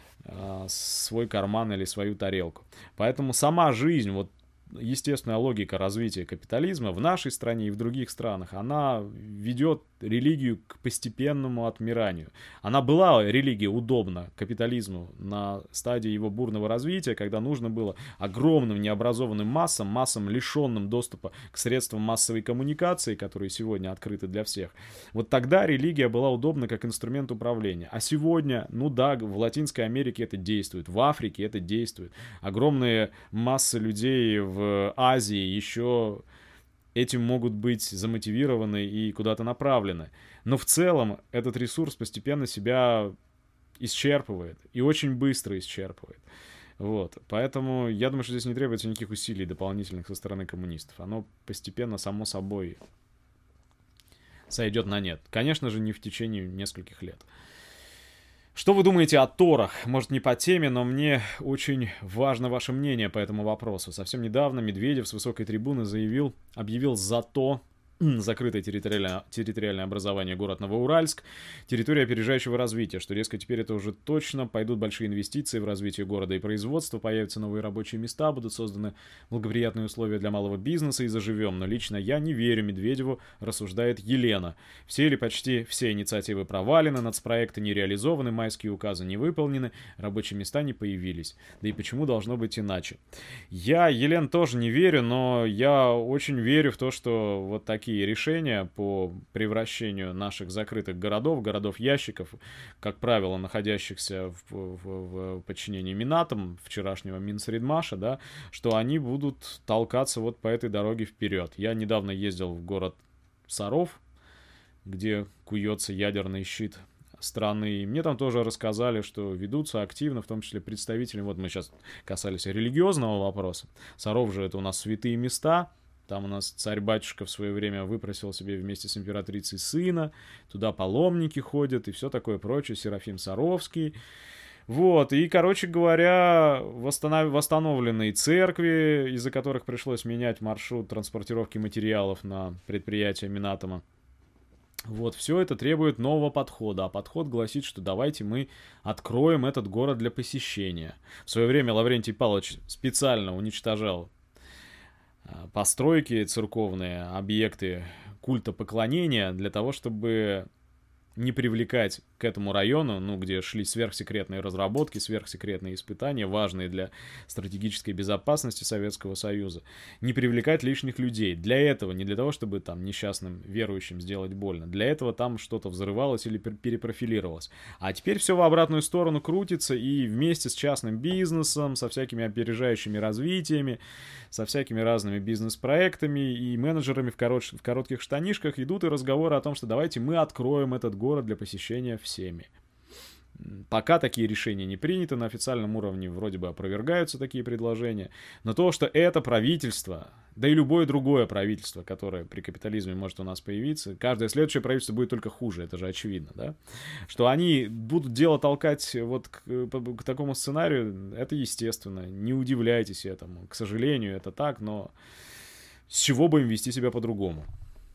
свой карман или свою тарелку. Поэтому сама жизнь, вот естественная логика развития капитализма в нашей стране и в других странах, она ведет религию к постепенному отмиранию. Она была, религия, удобна капитализму на стадии его бурного развития, когда нужно было огромным необразованным массам, лишенным доступа к средствам массовой коммуникации, которые сегодня открыты для всех. Вот тогда религия была удобна как инструмент управления. А сегодня, ну да, в Латинской Америке это действует, в Африке это действует. Огромные массы людей в Азии еще этим могут быть замотивированы и куда-то направлены. Но в целом этот ресурс постепенно себя исчерпывает. И очень быстро исчерпывает. Вот. Поэтому я думаю, что здесь не требуется никаких усилий дополнительных со стороны коммунистов. Оно постепенно, само собой, сойдет на нет. Конечно же, не в течение нескольких лет. Что вы думаете о Торах? Может, не по теме, но мне очень важно ваше мнение по этому вопросу. Совсем недавно Медведев с высокой трибуны объявил «за то», закрытое территориальное образование город Новоуральск, территория опережающего развития, что, дескать, теперь это уже точно, пойдут большие инвестиции в развитие города и производства, появятся новые рабочие места, будут созданы благоприятные условия для малого бизнеса и заживем. Но лично я не верю Медведеву, рассуждает Елена. Все или почти все инициативы провалены, нацпроекты не реализованы, майские указы не выполнены, рабочие места не появились. Да и почему должно быть иначе? Я, Елен, тоже не верю, но я очень верю в то, что вот такие решения по превращению наших закрытых городов-ящиков, как правило, находящихся в подчинении Минатом, вчерашнего Минсредмаша, да, что они будут толкаться вот по этой дороге вперед. Я недавно ездил в город Саров, где куется ядерный щит страны. И мне там тоже рассказали, что ведутся активно, в том числе представители, вот мы сейчас касались религиозного вопроса. Саров же это у нас святые места. Там у нас царь-батюшка в свое время выпросил себе вместе с императрицей сына. Туда паломники ходят и все такое прочее. Серафим Саровский. Вот, и, короче говоря, восстановленные церкви, из-за которых пришлось менять маршрут транспортировки материалов на предприятие Минатома. Вот, все это требует нового подхода, а подход гласит, что давайте мы откроем этот город для посещения. В свое время Лаврентий Павлович специально уничтожал постройки церковные, объекты культа поклонения для того, чтобы не привлекать к этому району, ну, где шли сверхсекретные разработки, сверхсекретные испытания, важные для стратегической безопасности Советского Союза, не привлекать лишних людей. Для этого, не для того, чтобы там несчастным верующим сделать больно, для этого там что-то взрывалось или перепрофилировалось. А теперь все в обратную сторону крутится, и вместе с частным бизнесом, со всякими опережающими развитиями, со всякими разными бизнес-проектами и менеджерами в коротких штанишках идут и разговоры о том, что давайте мы откроем этот город для посещения всеми. Пока такие решения не приняты, на официальном уровне вроде бы опровергаются такие предложения, но то, что это правительство, да и любое другое правительство, которое при капитализме может у нас появиться, каждое следующее правительство будет только хуже, это же очевидно, да? Что они будут дело толкать вот к такому сценарию, это естественно, не удивляйтесь этому, к сожалению, это так, но с чего бы им вести себя по-другому?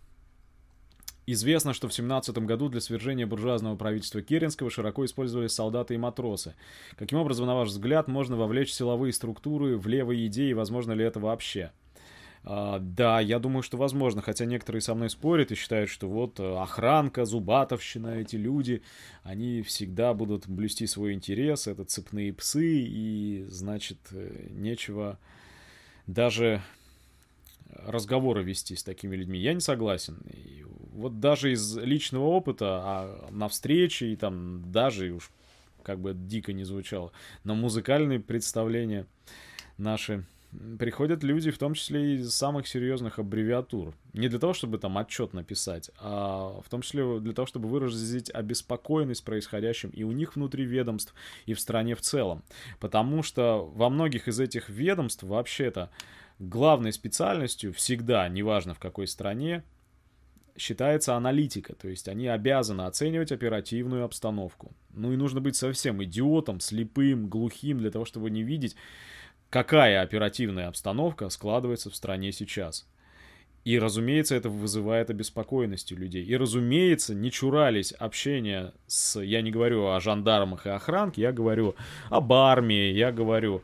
Известно, что в 1917 году для свержения буржуазного правительства Керенского широко использовались солдаты и матросы. Каким образом, на ваш взгляд, можно вовлечь силовые структуры в левые идеи, возможно ли это вообще? Да, я думаю, что возможно, хотя некоторые со мной спорят и считают, что вот охранка, зубатовщина, эти люди, они всегда будут блюсти свой интерес, это цепные псы, и, значит, нечего даже разговоры вести с такими людьми. Я не согласен. И вот даже из личного опыта, на встрече и там даже, уж как бы дико не звучало, на музыкальные представления наши приходят люди, в том числе из самых серьезных аббревиатур. Не для того, чтобы там отчет написать, а в том числе для того, чтобы выразить обеспокоенность происходящим и у них внутри ведомств, и в стране в целом. Потому что во многих из этих ведомств вообще-то главной специальностью всегда, неважно в какой стране, считается аналитика, то есть они обязаны оценивать оперативную обстановку. Ну и нужно быть совсем идиотом, слепым, глухим для того, чтобы не видеть, какая оперативная обстановка складывается в стране сейчас. И, разумеется, это вызывает обеспокоенность у людей. И, разумеется, не чурались общения с... Я не говорю о жандармах и охранке, я говорю об армии, я говорю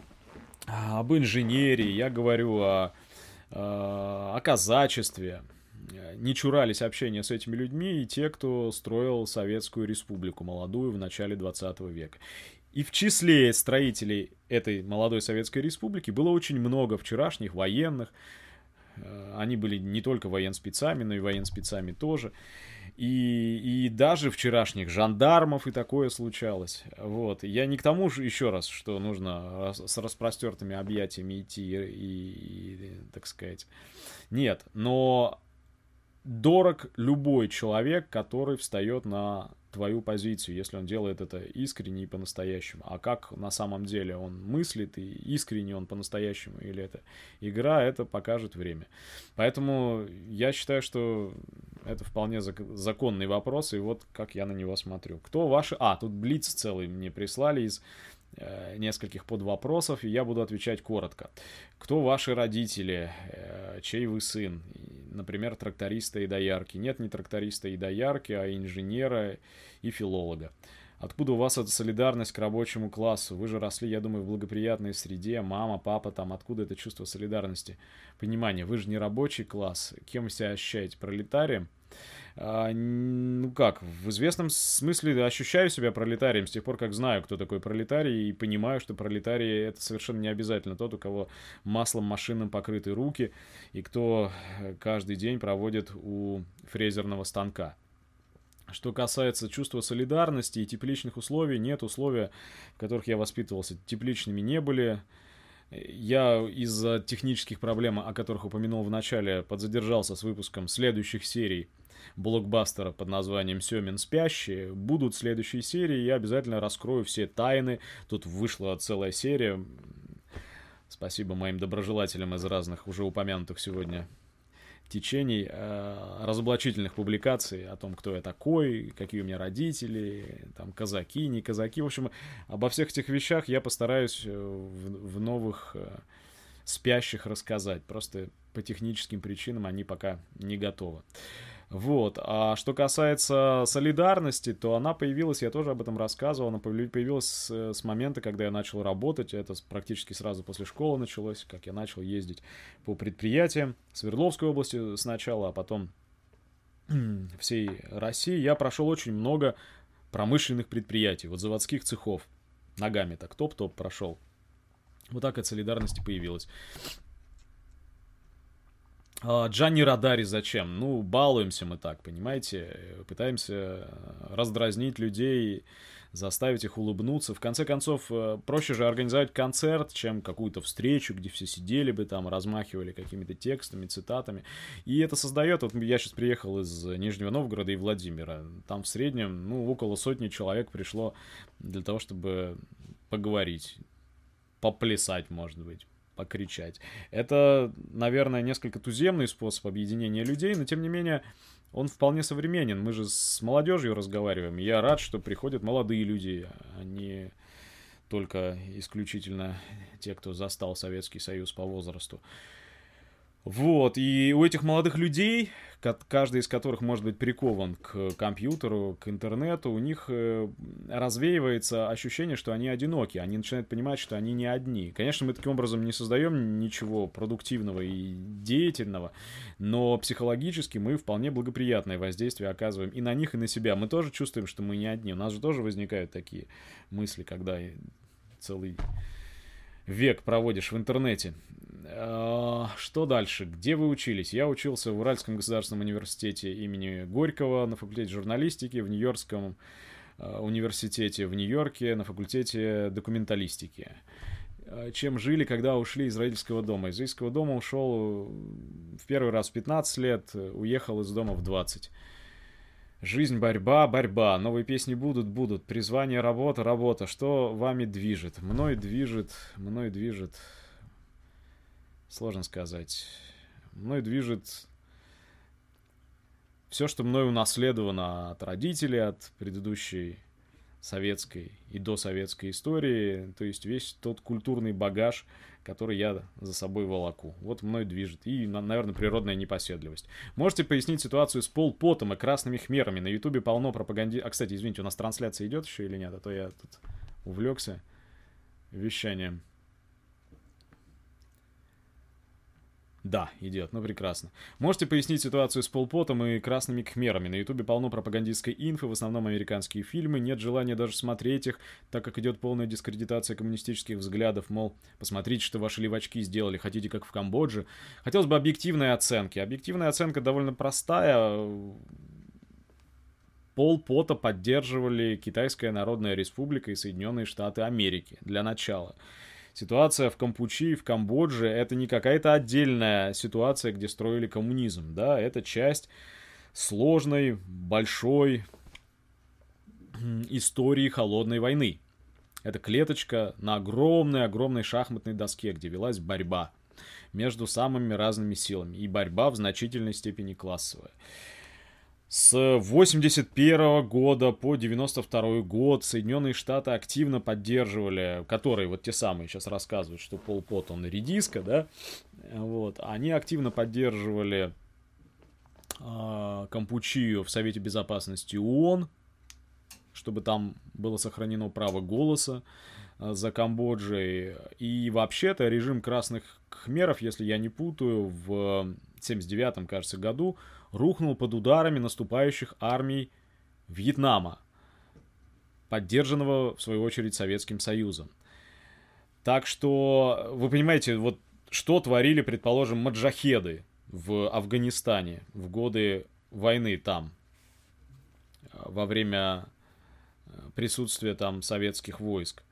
об инженерии, я говорю о казачестве. Не чурались общения с этими людьми и те, кто строил Советскую Республику молодую в начале 20 века. И в числе строителей этой молодой Советской Республики было очень много вчерашних военных. Они были не только военспецами, но и военспецами тоже. И даже вчерашних жандармов и такое случалось. Вот. Я не к тому же, еще раз, что нужно с распростертыми объятиями идти и так сказать. Нет, но дорог любой человек, который встает на твою позицию, если он делает это искренне и по-настоящему. А как на самом деле он мыслит, и искренне он по-настоящему, или это игра, это покажет время. Поэтому я считаю, что это вполне законный вопрос, и вот как я на него смотрю. Кто ваши... тут блиц целый мне прислали из нескольких подвопросов, и я буду отвечать коротко. Кто ваши родители? Чей вы сын? Например, тракториста и доярки. Нет, не тракториста и доярки, а инженера и филолога. Откуда у вас эта солидарность к рабочему классу? Вы же росли, я думаю, в благоприятной среде. Мама, папа, там, откуда это чувство солидарности? Понимание, вы же не рабочий класс. Кем вы себя ощущаете? Пролетарием? Ну как, в известном смысле ощущаю себя пролетарием с тех пор, как знаю, кто такой пролетарий, и понимаю, что пролетарий — это совершенно не обязательно тот, у кого маслом машинным покрыты руки, и кто каждый день проводит у фрезерного станка. Что касается чувства солидарности и тепличных условий, нет, условия, в которых я воспитывался, тепличными не были. Я из-за технических проблем, о которых упомянул в начале, подзадержался с выпуском следующих серий блокбастера под названием «Сёмин спящий». Будут следующие серии, я обязательно раскрою все тайны. Тут вышла целая серия. Спасибо моим доброжелателям из разных уже упомянутых сегодня течений, разоблачительных публикаций о том, кто я такой, какие у меня родители, там, казаки, не казаки. В общем, обо всех этих вещах я постараюсь в новых спящих рассказать. Просто по техническим причинам они пока не готовы. Вот. А что касается солидарности, то она появилась, я тоже об этом рассказывал, она появилась с момента, когда я начал работать. Это практически сразу после школы началось, как я начал ездить по предприятиям Свердловской области сначала, а потом всей России. Я прошел очень много промышленных предприятий, вот заводских цехов. Ногами так топ-топ прошел. Вот так от солидарности появилась. Джанни Родари зачем? Ну, балуемся мы так, понимаете? Пытаемся раздразнить людей, заставить их улыбнуться. В конце концов, проще же организовать концерт, чем какую-то встречу, где все сидели бы там, размахивали какими-то текстами, цитатами. И это создает... Вот я сейчас приехал из Нижнего Новгорода и Владимира. Там в среднем, ну, около 100 человек пришло для того, чтобы поговорить, поплясать, может быть, покричать. Это, наверное, несколько туземный способ объединения людей, но, тем не менее, он вполне современен. Мы же с молодежью разговариваем. Я рад, что приходят молодые люди, а не только исключительно те, кто застал Советский Союз по возрасту. Вот, и у этих молодых людей, каждый из которых может быть прикован к компьютеру, к интернету, у них развеивается ощущение, что они одиноки, они начинают понимать, что они не одни. Конечно, мы таким образом не создаем ничего продуктивного и деятельного, но психологически мы вполне благоприятное воздействие оказываем и на них, и на себя. Мы тоже чувствуем, что мы не одни, у нас же тоже возникают такие мысли, когда целый век проводишь в интернете. Что дальше? Где вы учились? Я учился в Уральском государственном университете имени Горького на факультете журналистики, в Нью-Йоркском университете в Нью-Йорке на факультете документалистики. Чем жили, когда ушли из родительского дома? Из родительского дома ушел в первый раз в 15 лет, уехал из дома в 20. Жизнь, борьба, борьба. Новые песни будут. Призвание, работа, работа. Что вами движет? Мной движет. Сложно сказать. Мной движет все, что мной унаследовано от родителей, от предыдущей советской и досоветской истории. То есть весь тот культурный багаж, который я за собой волоку. Вот мной движет. И, наверное, природная непоседливость. Можете пояснить ситуацию с Пол Потом и красными хмерами? На Ютубе полно пропаганды. А, кстати, извините, у нас трансляция идет еще или нет? А то я тут увлекся вещанием. Да, идет, ну прекрасно. Можете пояснить ситуацию с Пол Потом и красными кхмерами? На Ютубе полно пропагандистской инфы, в основном американские фильмы. Нет желания даже смотреть их, так как идет полная дискредитация коммунистических взглядов. Мол, посмотрите, что ваши левачки сделали, хотите как в Камбодже. Хотелось бы объективной оценки. Объективная оценка довольно простая. Пол Пота поддерживали Китайская Народная Республика и Соединенные Штаты Америки. Для начала. Ситуация в Кампучи и в Камбодже — это не какая-то отдельная ситуация, где строили коммунизм, да, это часть сложной, большой истории холодной войны. Это клеточка на огромной шахматной доске, где велась борьба между самыми разными силами, и борьба в значительной степени классовая. С 81 года по 92 год Соединенные Штаты активно поддерживали, которые вот те самые сейчас рассказывают, что Пол Пот, он редиска, да, вот, они активно поддерживали Кампучию в Совете Безопасности ООН, чтобы там было сохранено право голоса за Камбоджей. И вообще-то режим красных khmerов, если я не путаю, в 79-м, кажется, году рухнул под ударами наступающих армий Вьетнама, поддержанного, в свою очередь, Советским Союзом. Так что, вы понимаете, вот что творили, предположим, маджахеды в Афганистане в годы войны там, во время присутствия там советских войск.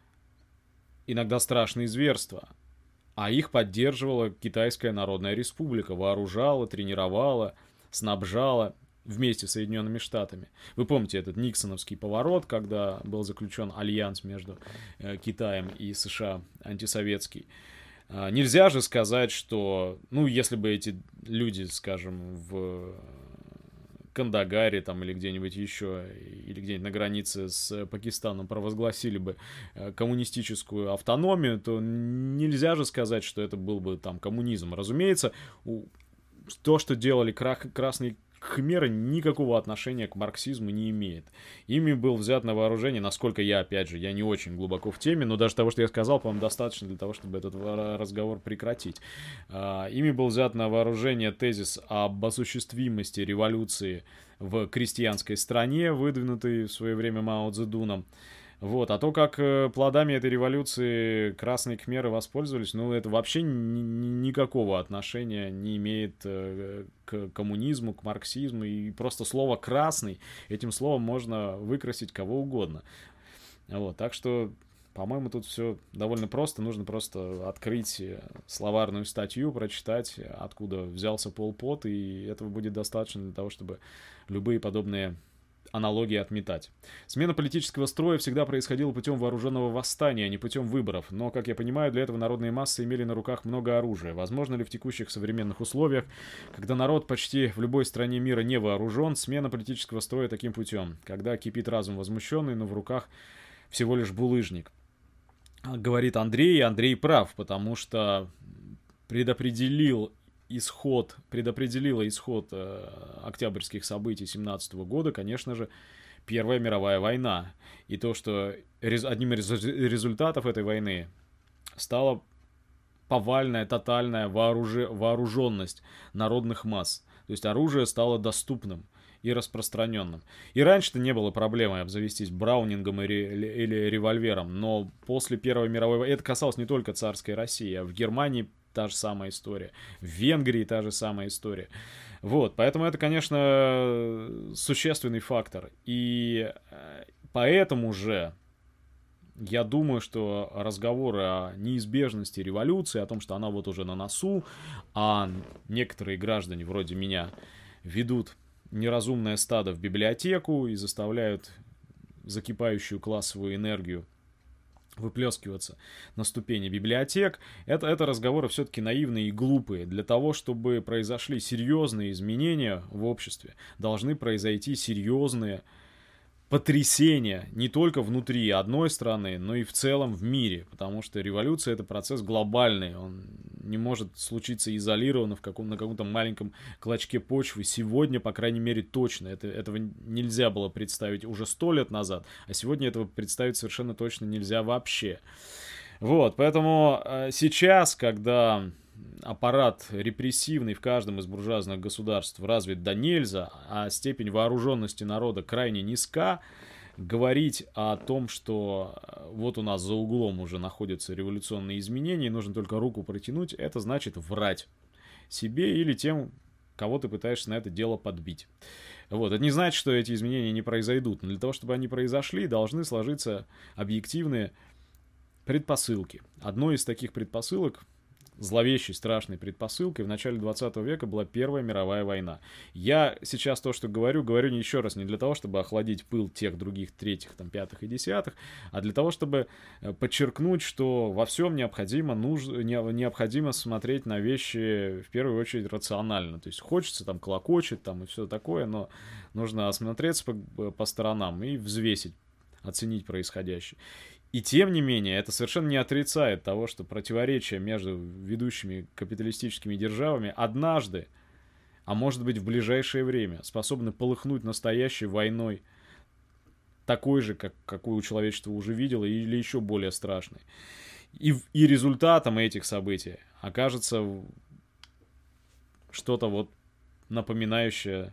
Иногда страшные зверства. А их поддерживала Китайская Народная Республика, вооружала, тренировала, снабжала вместе с Соединенными Штатами. Вы помните этот никсоновский поворот, когда был заключен альянс между Китаем и США, антисоветский. Нельзя же сказать, что, ну, если бы эти люди, скажем, в Кандагаре там или где-нибудь еще, или где-нибудь на границе с Пакистаном провозгласили бы коммунистическую автономию, то нельзя же сказать, что это был бы там коммунизм. Разумеется, то, что делали красные khmerы, никакого отношения к марксизму не имеет. Ими был взят на вооружение, насколько я, опять же, я не очень глубоко в теме, но даже того, что я сказал, по-моему, достаточно для того, чтобы этот разговор прекратить. Ими был взят на вооружение тезис об осуществимости революции в крестьянской стране, выдвинутый в свое время Мао Цзэдуном. Вот, а то, как плодами этой революции красные khmerы воспользовались, ну, это вообще никакого отношения не имеет к коммунизму, к марксизму, и просто слово «красный», этим словом можно выкрасить кого угодно. Вот, так что, по-моему, тут все довольно просто, нужно просто открыть словарную статью, прочитать, откуда взялся Пол Пот, и этого будет достаточно для того, чтобы любые подобные аналогии отметать. Смена политического строя всегда происходила путем вооруженного восстания, а не путем выборов. Но, как я понимаю, для этого народные массы имели на руках много оружия. Возможно ли в текущих современных условиях, когда народ почти в любой стране мира не вооружен, смена политического строя таким путем, когда кипит разум возмущенный, но в руках всего лишь булыжник? Говорит Андрей, и Андрей прав, потому что предопределила исход октябрьских событий 17 года, конечно же, Первая мировая война. И то, что одним из результатов этой войны стала повальная, тотальная вооруженность народных масс. То есть оружие стало доступным и распространенным. И раньше-то не было проблемой обзавестись браунингом или револьвером, но после Первой мировой войны, это касалось не только царской России, а в Германии та же самая история. В Венгрии та же самая история. Вот, поэтому это, конечно, существенный фактор. И поэтому же я думаю, что разговоры о неизбежности революции, о том, что она вот уже на носу, а некоторые граждане вроде меня ведут неразумное стадо в библиотеку и заставляют закипающую классовую энергию выплескиваться на ступени библиотек, это разговоры все-таки наивные и глупые. Для того, чтобы произошли серьезные изменения в обществе, должны произойти серьезные потрясения не только внутри одной страны, но и в целом в мире, потому что революция — это процесс глобальный, он не может случиться изолированно на каком-то маленьком клочке почвы. Сегодня, по крайней мере, точно. Этого нельзя было представить уже 100 лет назад, а сегодня этого представить совершенно точно нельзя вообще. Вот, поэтому сейчас, когда аппарат репрессивный в каждом из буржуазных государств развит до нельзя, а степень вооруженности народа крайне низка, говорить о том, что вот у нас за углом уже находятся революционные изменения, и нужно только руку протянуть, это значит врать себе или тем, кого ты пытаешься на это дело подбить. Вот. Это не значит, что эти изменения не произойдут, но для того, чтобы они произошли, должны сложиться объективные предпосылки. Одной из таких предпосылок, зловещей, страшной предпосылкой в начале 20 века была Первая мировая война. Я сейчас то, что говорю еще раз, не для того, чтобы охладить пыл тех других третьих, там, пятых и десятых, а для того, чтобы подчеркнуть, что во всем необходимо смотреть на вещи в первую очередь рационально. То есть хочется там колокочет там и все такое, но нужно осмотреться по сторонам и взвесить, оценить происходящее. И тем не менее, это совершенно не отрицает того, что противоречия между ведущими капиталистическими державами однажды, а может быть в ближайшее время, способны полыхнуть настоящей войной, такой же, какую человечество уже видело, или еще более страшной. И результатом этих событий окажется что-то вот напоминающее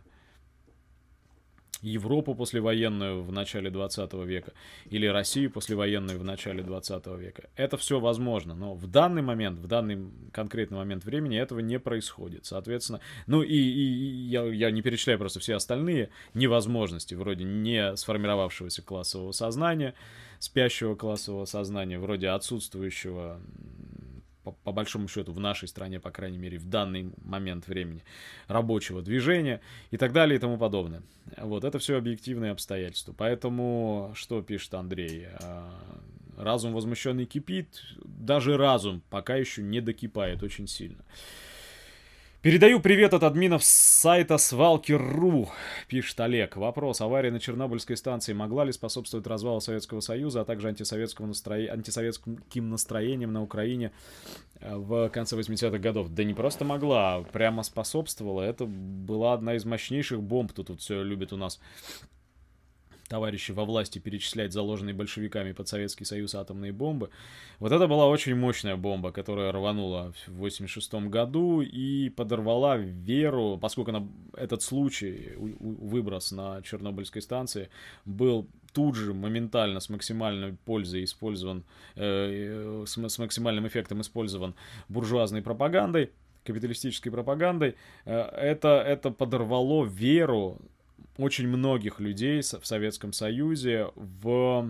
Европу послевоенную в начале 20 века или Россию послевоенную в начале 20 века. Это все возможно, но в данный момент, в данный конкретный момент времени этого не происходит. Соответственно, ну и я не перечисляю просто все остальные невозможности, вроде не сформировавшегося классового сознания, спящего классового сознания, вроде отсутствующего, по большому счету, в нашей стране, по крайней мере, в данный момент времени, рабочего движения и так далее и тому подобное. Вот, это все объективные обстоятельства. Поэтому, что пишет Андрей? Разум возмущенный кипит, даже разум пока еще не докипает очень сильно. Передаю привет от админов сайта свалки.ру, пишет Олег. Вопрос. Авария на Чернобыльской станции могла ли способствовать развалу Советского Союза, а также антисоветским настроениям на Украине в конце 80-х годов? Да не просто могла, а прямо способствовала. Это была одна из мощнейших бомб. Тут все любят у нас товарищи во власти перечислять заложенные большевиками под Советский Союз атомные бомбы. Вот это была очень мощная бомба, которая рванула в 86 году и подорвала веру, поскольку этот случай, выброс на Чернобыльской станции, был тут же моментально с максимальной пользой использован, с максимальным эффектом использован буржуазной пропагандой, капиталистической пропагандой. Это подорвало веру очень многих людей в Советском Союзе в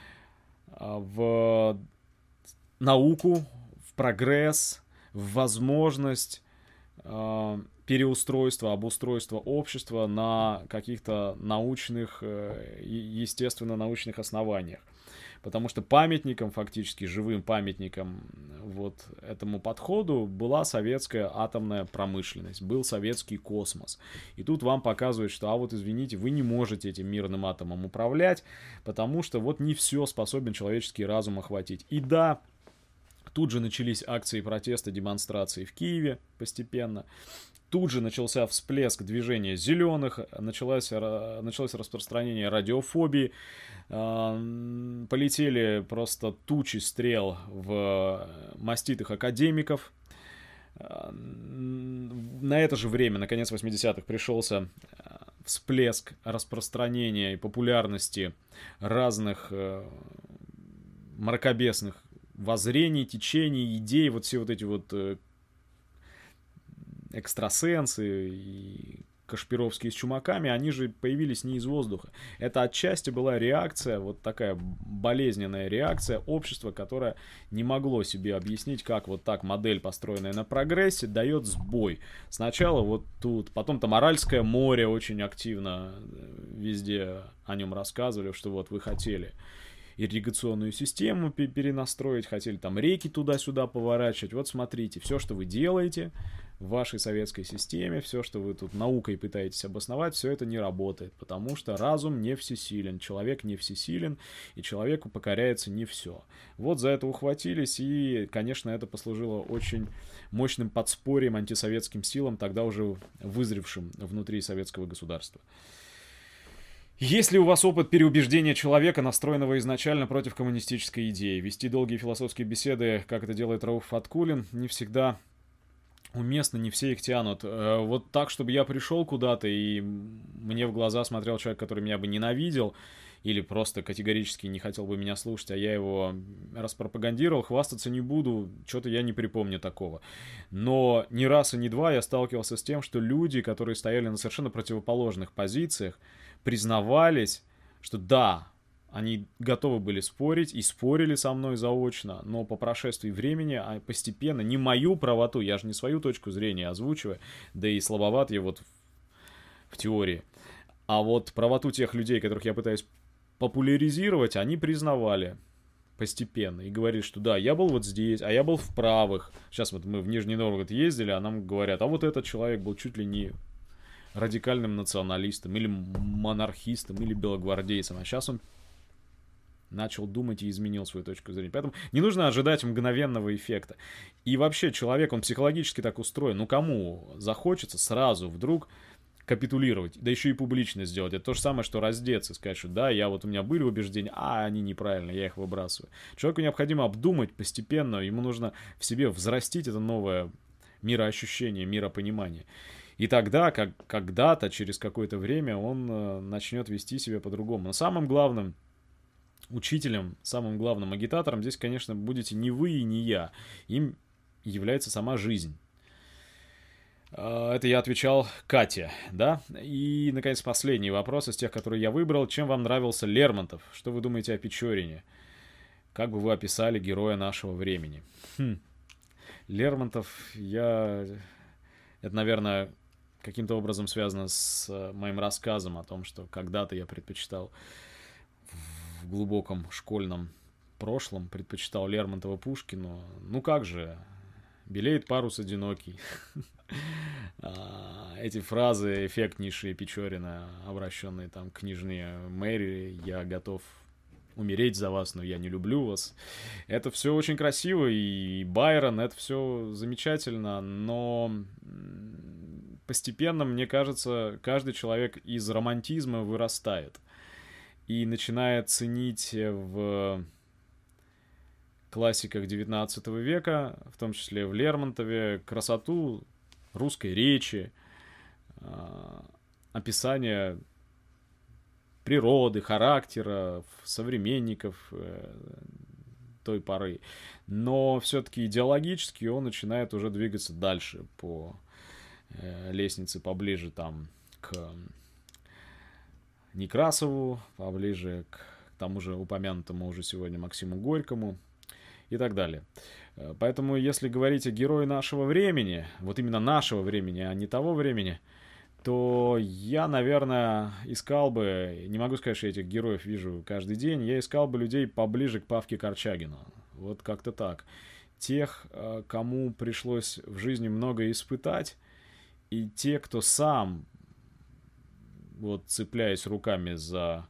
науку, в прогресс, в возможность переустройства, обустройства общества на каких-то научных, естественно-научных основаниях. Потому что памятником, фактически живым памятником вот этому подходу была советская атомная промышленность, был советский космос. И тут вам показывают, что, вот извините, вы не можете этим мирным атомом управлять, потому что вот не все способен человеческий разум охватить. И да, тут же начались акции протеста, демонстрации в Киеве постепенно. Тут же начался всплеск движения зеленых, началось распространение радиофобии, полетели просто тучи стрел в маститых академиков. На это же время, на конец 80-х, пришелся всплеск распространения и популярности разных мракобесных воззрений, течений, идей, вот все вот эти вот экстрасенсы и Кашпировские с чумаками, они же появились не из воздуха. Это отчасти была реакция, вот такая болезненная реакция общества, которое не могло себе объяснить, как вот так модель, построенная на прогрессе, дает сбой. Сначала вот тут, потом там Аральское море очень активно везде о нем рассказывали, что вот вы хотели ирригационную систему перенастроить, хотели там реки туда-сюда поворачивать. Вот смотрите, все, что вы делаете в вашей советской системе, все, что вы тут наукой пытаетесь обосновать, все это не работает, потому что разум не всесилен, человек не всесилен, и человеку покоряется не все. Вот за это ухватились, и, конечно, это послужило очень мощным подспорьем антисоветским силам, тогда уже вызревшим внутри советского государства. Есть ли у вас опыт переубеждения человека, настроенного изначально против коммунистической идеи? Вести долгие философские беседы, как это делает Рауф Фаткуллин, не всегда уместно, не все их тянут. Вот так, чтобы я пришел куда-то, и мне в глаза смотрел человек, который меня бы ненавидел, или просто категорически не хотел бы меня слушать, а я его распропагандировал, хвастаться не буду, что-то я не припомню такого. Но ни раз и ни два я сталкивался с тем, что люди, которые стояли на совершенно противоположных позициях, признавались, что да, Они готовы были спорить и спорили со мной заочно, но по прошествии времени постепенно, не мою правоту, я же не свою точку зрения озвучиваю, да и слабоват я вот в теории, а вот правоту тех людей, которых я пытаюсь популяризировать, они признавали постепенно и говорили, что да, я был вот здесь, а я был в правых. Сейчас вот мы в Нижний Новгород ездили, а нам говорят, а вот этот человек был чуть ли не радикальным националистом, или монархистом, или белогвардейцем, а сейчас он начал думать и изменил свою точку зрения. Поэтому не нужно ожидать мгновенного эффекта. И вообще человек, он психологически так устроен. Ну кому захочется сразу вдруг капитулировать, да еще и публично сделать. Это то же самое, что раздеться и сказать, что да, у меня были убеждения, а они неправильные, я их выбрасываю. Человеку необходимо обдумать постепенно, ему нужно в себе взрастить это новое мироощущение, миропонимание. И тогда, когда-то, через какое-то время, он начнет вести себя по-другому. Но самым главным учителем, самым главным агитатором здесь, конечно, будете не вы и не я. Им является сама жизнь. Это я отвечал Кате, да? И, наконец, последний вопрос из тех, которые я выбрал. Чем вам нравился Лермонтов? Что вы думаете о Печорине? Как бы вы описали героя нашего времени? Лермонтов, это, наверное, каким-то образом связано с моим рассказом о том, что когда-то я предпочитал в глубоком школьном прошлом, предпочитал Лермонтова Пушкину. Ну как же, белеет парус одинокий. Эти фразы эффектнейшие Печорина, обращенные там к княжне Мэри, я готов умереть за вас, но я не люблю вас. Это все очень красиво, и Байрон, это все замечательно, но постепенно, мне кажется, каждый человек из романтизма вырастает и начинает ценить в классиках XIX века, в том числе в Лермонтове, красоту русской речи, описание природы, характера современников той поры. Но все-таки идеологически он начинает уже двигаться дальше по лестнице, поближе там к Некрасову, поближе к тому же упомянутому уже сегодня Максиму Горькому и так далее. Поэтому, если говорить о герое нашего времени, вот именно нашего времени, а не того времени, то я, наверное, искал бы, не могу сказать, что я этих героев вижу каждый день, я искал бы людей поближе к Павке Корчагину. Вот как-то так. Тех, кому пришлось в жизни много испытать, и те, кто сам, вот цепляясь руками за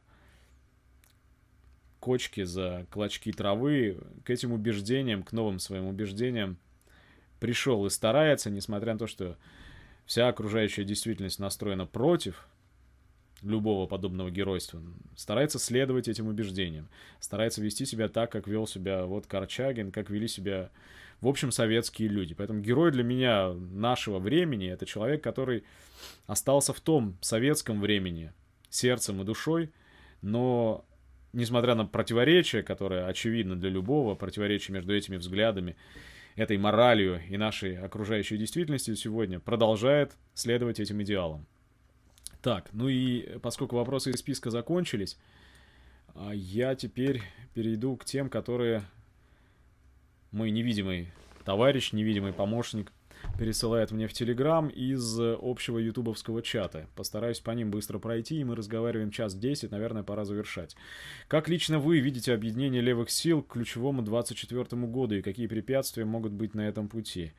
кочки, за клочки травы, к этим убеждениям, к новым своим убеждениям пришел и старается, несмотря на то, что вся окружающая действительность настроена против любого подобного геройства, старается следовать этим убеждениям, старается вести себя так, как вел себя вот Корчагин, как вели себя, в общем, советские люди. Поэтому герой для меня нашего времени — это человек, который остался в том советском времени сердцем и душой, но несмотря на противоречия, которые очевидно для любого, противоречия между этими взглядами, этой моралью и нашей окружающей действительностью сегодня, продолжает следовать этим идеалам. Так, ну и поскольку вопросы из списка закончились, я теперь перейду к тем, которые мой невидимый товарищ, невидимый помощник пересылает мне в Телеграм из общего ютубовского чата. Постараюсь по ним быстро пройти, и мы разговариваем час 10, наверное, пора завершать. Как лично вы видите объединение левых сил к ключевому 24 году, и какие препятствия могут быть на этом пути?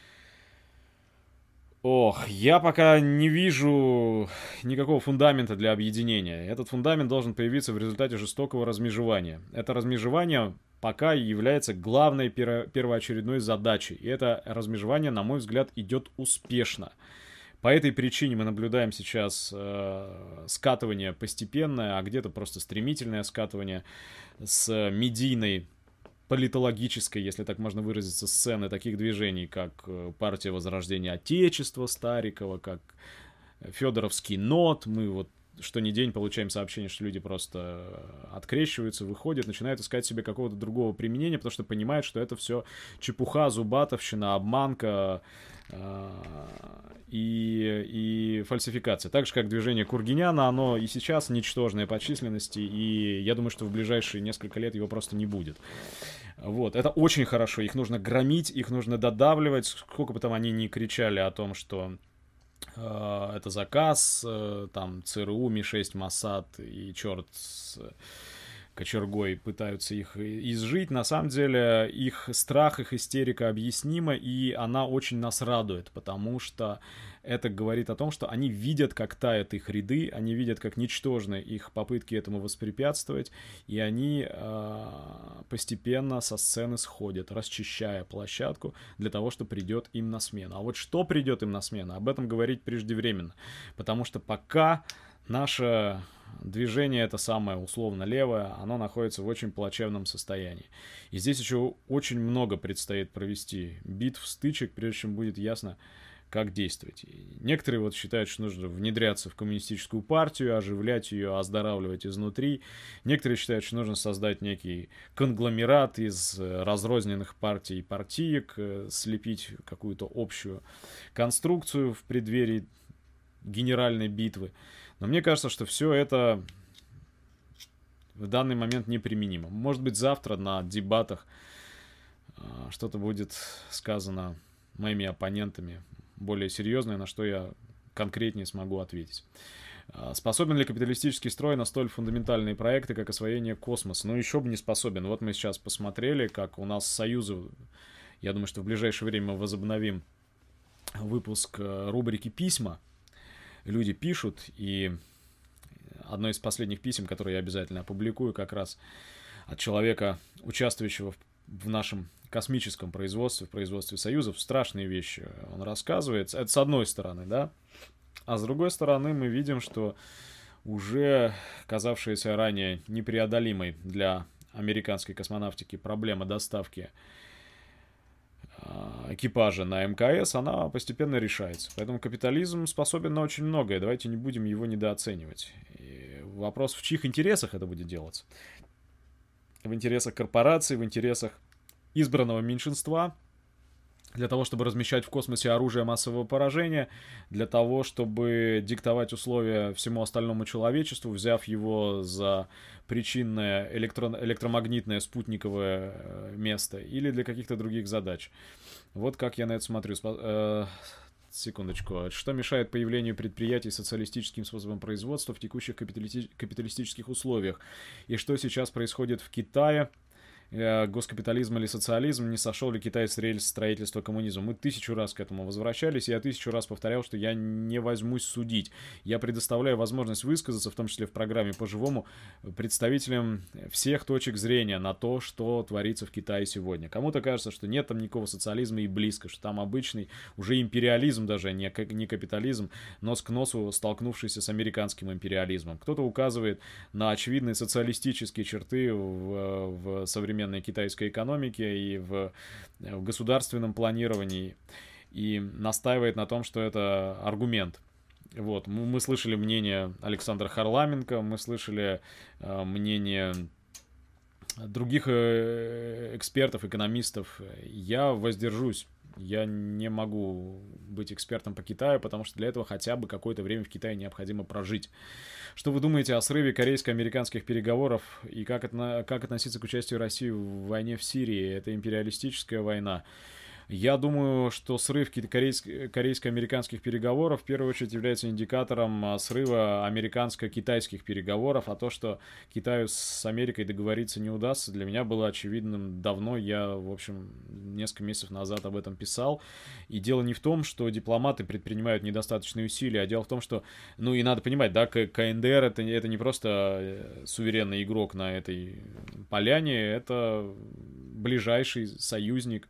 Ох, я пока не вижу никакого фундамента для объединения. Этот фундамент должен появиться в результате жестокого размежевания. Это размежевание пока является главной первоочередной задачей. И это размежевание, на мой взгляд, идет успешно. По этой причине мы наблюдаем сейчас скатывание постепенное, а где-то просто стремительное скатывание с медийной, политологической, если так можно выразиться, сцены таких движений, как партия Возрождения Отечества Старикова, как Федоровский НОТ. Мы вот что ни день получаем сообщение, что люди просто открещиваются, выходят, начинают искать себе какого-то другого применения, потому что понимают, что это все чепуха, зубатовщина, обманка, и фальсификация. Так же, как движение Кургиняна, оно и сейчас ничтожное по численности, и я думаю, что в ближайшие несколько лет его просто не будет. Вот, это очень хорошо, их нужно громить, их нужно додавливать, сколько бы там они ни кричали о том, что это заказ, там ЦРУ, Ми-6, Моссад и черт с кочергой пытаются их изжить. На самом деле их страх, их истерика объяснима, и она очень нас радует, потому что это говорит о том, что они видят, как тают их ряды, они видят, как ничтожны их попытки этому воспрепятствовать, и они постепенно со сцены сходят, расчищая площадку для того, что придет им на смену. А вот что придет им на смену, об этом говорить преждевременно, потому что пока наше движение, это самое условно левое, оно находится в очень плачевном состоянии. И здесь еще очень много предстоит провести битв, стычек, прежде чем будет ясно, как действовать. И некоторые вот считают, что нужно внедряться в коммунистическую партию, оживлять ее, оздоравливать изнутри. Некоторые считают, что нужно создать некий конгломерат из разрозненных партий и партиек, слепить какую-то общую конструкцию в преддверии генеральной битвы. Но мне кажется, что все это в данный момент неприменимо. Может быть, завтра на дебатах что-то будет сказано моими оппонентами более серьезное, на что я конкретнее смогу ответить. Способен ли капиталистический строй на столь фундаментальные проекты, как освоение космоса? Ну, еще бы не способен. Вот мы сейчас посмотрели, как у нас союзы, я думаю, что в ближайшее время мы возобновим выпуск рубрики «Письма». Люди пишут, и одно из последних писем, которое я обязательно опубликую, как раз от человека, участвующего в нашем космическом производстве, в производстве союзов, страшные вещи он рассказывает. Это с одной стороны, да? А с другой стороны мы видим, что уже казавшаяся ранее непреодолимой для американской космонавтики проблема доставки экипажа на МКС, она постепенно решается. Поэтому капитализм способен на очень многое. Давайте не будем его недооценивать. И вопрос, в чьих интересах это будет делаться. В интересах корпораций, в интересах избранного меньшинства, для того, чтобы размещать в космосе оружие массового поражения, для того, чтобы диктовать условия всему остальному человечеству, взяв его за причинное электромагнитное спутниковое место, или для каких-то других задач. Вот как я на это смотрю. Секундочку. Что мешает появлению предприятий с социалистическим способом производства в текущих капиталистических условиях? И что сейчас происходит в Китае? Госкапитализм или социализм, не сошел ли Китай с рельс строительства коммунизма. Мы 1000 раз к этому возвращались, и я 1000 раз повторял, что я не возьмусь судить. Я предоставляю возможность высказаться, в том числе в программе по-живому, представителям всех точек зрения на то, что творится в Китае сегодня. Кому-то кажется, что нет там никакого социализма и близко, что там обычный уже империализм даже, не капитализм, нос к носу столкнувшийся с американским империализмом. Кто-то указывает на очевидные социалистические черты в современном китайской экономике и в государственном планировании, и настаивает на том, что это аргумент. Вот. Мы слышали мнение Александра Харламенко, мы слышали мнение других экспертов, экономистов. Я воздержусь. Я не могу быть экспертом по Китаю, потому что для этого хотя бы какое-то время в Китае необходимо прожить. Что вы думаете о срыве корейско-американских переговоров и как относиться к участию России в войне в Сирии? Это империалистическая война. Я думаю, что срыв корейско-американских переговоров в первую очередь является индикатором срыва американско-китайских переговоров, а то, что Китаю с Америкой договориться не удастся, для меня было очевидным давно. Я, в общем, несколько месяцев назад об этом писал. И дело не в том, что дипломаты предпринимают недостаточные усилия, а дело в том, что, ну и надо понимать, да, КНДР это не просто суверенный игрок на этой поляне, это ближайший союзник,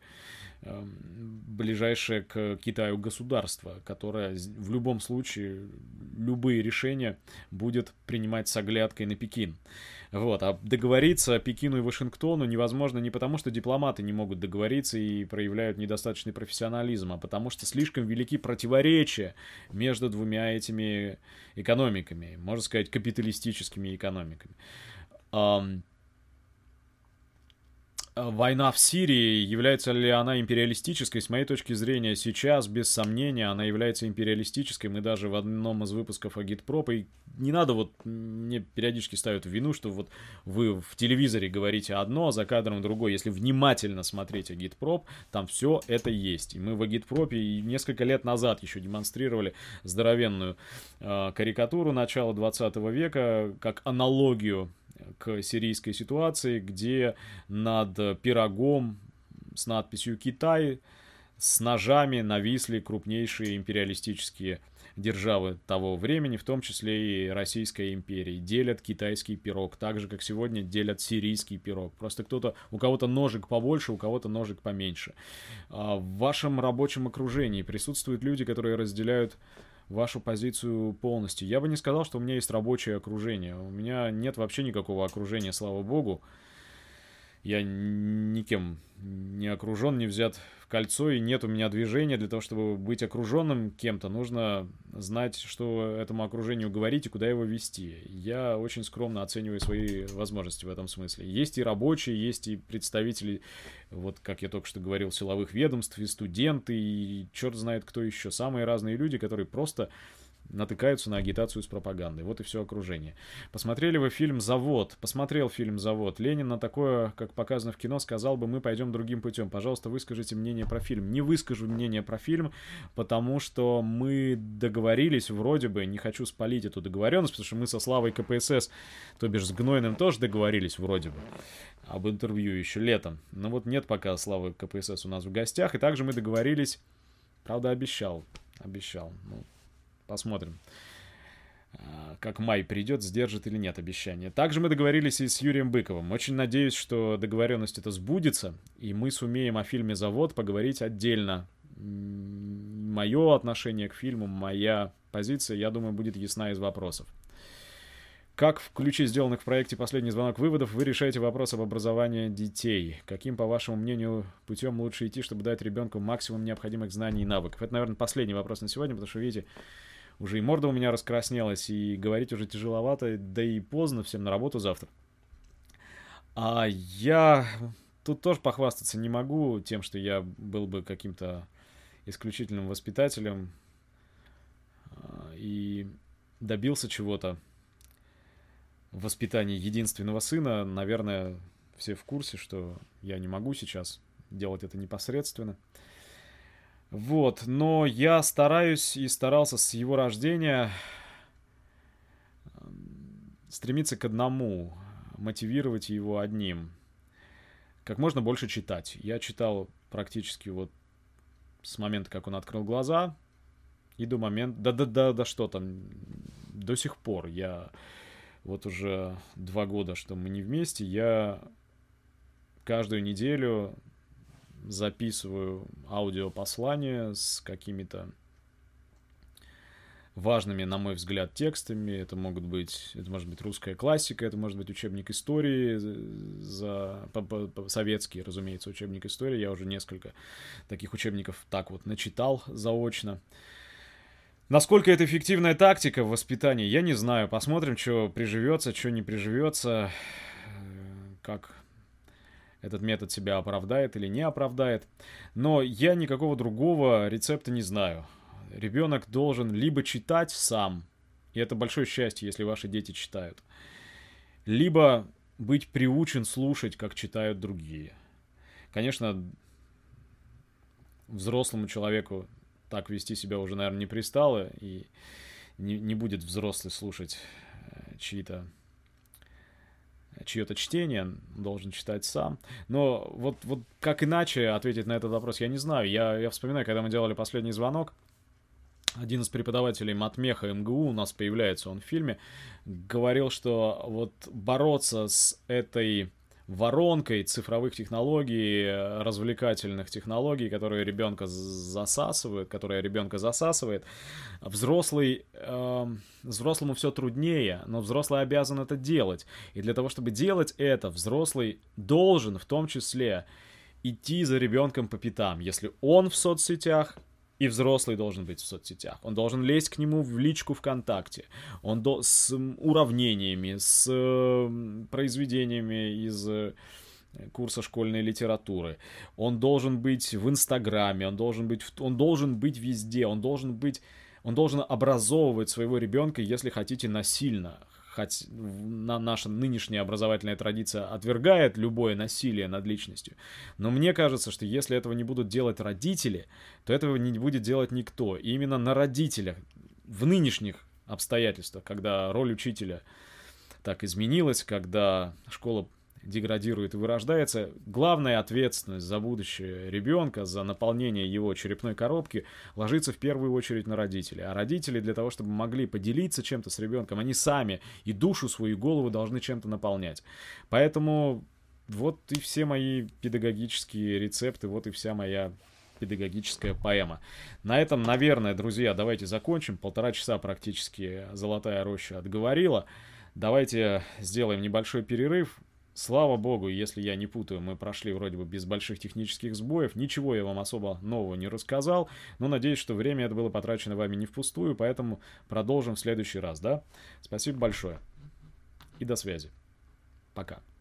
ближайшее к Китаю государство, которое в любом случае любые решения будет принимать с оглядкой на Пекин. Вот. А договориться Пекину и Вашингтону невозможно не потому, что дипломаты не могут договориться и проявляют недостаточный профессионализм, а потому что слишком велики противоречия между двумя этими экономиками, можно сказать, капиталистическими экономиками. Война в Сирии, является ли она империалистической? С моей точки зрения, сейчас, без сомнения, она является империалистической. Мы даже в одном из выпусков Агитпроп, и не надо вот, мне периодически ставят в вину, что вот вы в телевизоре говорите одно, а за кадром другое. Если внимательно смотреть Агитпроп, там все это есть. И мы в Агитпропе и несколько лет назад еще демонстрировали здоровенную карикатуру начала 20 века, как аналогию к сирийской ситуации, где над пирогом с надписью «Китай» с ножами нависли крупнейшие империалистические державы того времени, в том числе и Российская империя. Делят китайский пирог, так же, как сегодня делят сирийский пирог. Просто у кого-то ножик побольше, у кого-то ножик поменьше. В вашем рабочем окружении присутствуют люди, которые разделяют вашу позицию полностью. Я бы не сказал, что у меня есть рабочее окружение. У меня нет вообще никакого окружения, слава богу. Я никем не окружен, не взят в кольцо, и нет у меня движения. Для того, чтобы быть окруженным кем-то, нужно знать, что этому окружению говорить и куда его вести. Я очень скромно оцениваю свои возможности в этом смысле. Есть и рабочие, есть и представители, вот как я только что говорил, силовых ведомств, и студенты, и черт знает кто еще. Самые разные люди, которые просто натыкаются на агитацию с пропагандой. Вот и все окружение. Посмотрели вы фильм «Завод»? Посмотрел фильм «Завод». Ленин на такое, как показано в кино, сказал бы: мы пойдем другим путем. Пожалуйста, выскажите мнение про фильм. Не выскажу мнение про фильм, потому что мы договорились вроде бы, не хочу спалить эту договоренность, потому что мы со Славой КПСС, то бишь с Гнойным, тоже договорились вроде бы об интервью еще летом. Но вот нет пока Славы КПСС у нас в гостях. И также мы договорились, правда, обещал. Ну, посмотрим, как май придет, сдержит или нет обещание. Также мы договорились и с Юрием Быковым. Очень надеюсь, что договоренность эта сбудется, и мы сумеем о фильме «Завод» поговорить отдельно. Мое отношение к фильму, моя позиция, я думаю, будет ясна из вопросов. Как в ключе сделанных в проекте «Последний звонок» выводов вы решаете вопрос об образовании детей? Каким, по вашему мнению, путем лучше идти, чтобы дать ребенку максимум необходимых знаний и навыков? Это, наверное, последний вопрос на сегодня, потому что, видите, уже и морда у меня раскраснелась, и говорить уже тяжеловато, да и поздно, всем на работу завтра. А я тут тоже похвастаться не могу тем, что я был бы каким-то исключительным воспитателем и добился чего-то в воспитании единственного сына. Наверное, все в курсе, что я не могу сейчас делать это непосредственно. Вот, но я стараюсь и старался с его рождения стремиться к одному, мотивировать его одним. Как можно больше читать. Я читал практически вот с момента, как он открыл глаза, и до момента... Да что там, до сих пор. Я вот уже 2 года, что мы не вместе, я каждую неделю записываю аудиопослания с какими-то важными, на мой взгляд, текстами. Это может быть русская классика, это может быть учебник истории, советский, разумеется, учебник истории. Я уже несколько таких учебников так вот начитал заочно. Насколько это эффективная тактика в воспитании, я не знаю. Посмотрим, что приживется, что не приживется, как этот метод себя оправдает или не оправдает. Но я никакого другого рецепта не знаю. Ребенок должен либо читать сам, и это большое счастье, если ваши дети читают, либо быть приучен слушать, как читают другие. Конечно, взрослому человеку так вести себя уже, наверное, не пристало, и не будет взрослый слушать чье-то чтение, должен читать сам. Но вот как иначе ответить на этот вопрос, я не знаю. Я вспоминаю, когда мы делали «Последний звонок», один из преподавателей матмеха МГУ, у нас появляется он в фильме, говорил, что вот бороться с этой воронкой цифровых технологий, развлекательных технологий, которые ребенка засасывают, взрослому все труднее, но взрослый обязан это делать. И для того, чтобы делать это, взрослый должен в том числе идти за ребенком по пятам. Если он в соцсетях, и взрослый должен быть в соцсетях. Он должен лезть к нему в личку ВКонтакте. Он с уравнениями, с произведениями из курса школьной литературы. Он должен быть в Инстаграме, он должен быть везде, он должен образовывать своего ребенка, если хотите, насильно. Хоть наша нынешняя образовательная традиция отвергает любое насилие над личностью. Но мне кажется, что если этого не будут делать родители, то этого не будет делать никто. И именно на родителях в нынешних обстоятельствах, когда роль учителя так изменилась, когда школа деградирует и вырождается, главная ответственность за будущее ребенка, за наполнение его черепной коробки ложится в первую очередь на родителей. А родители для того, чтобы могли поделиться чем-то с ребенком, они сами и душу свою, и голову должны чем-то наполнять. Поэтому вот и все мои педагогические рецепты, вот и вся моя педагогическая поэма. На этом, наверное, друзья, давайте закончим. 1,5 часа практически «Золотая роща» отговорила. Давайте сделаем небольшой перерыв. Слава богу, если я не путаю, мы прошли вроде бы без больших технических сбоев. Ничего я вам особо нового не рассказал, но надеюсь, что время это было потрачено вами не впустую, поэтому продолжим в следующий раз, да? Спасибо большое и до связи. Пока.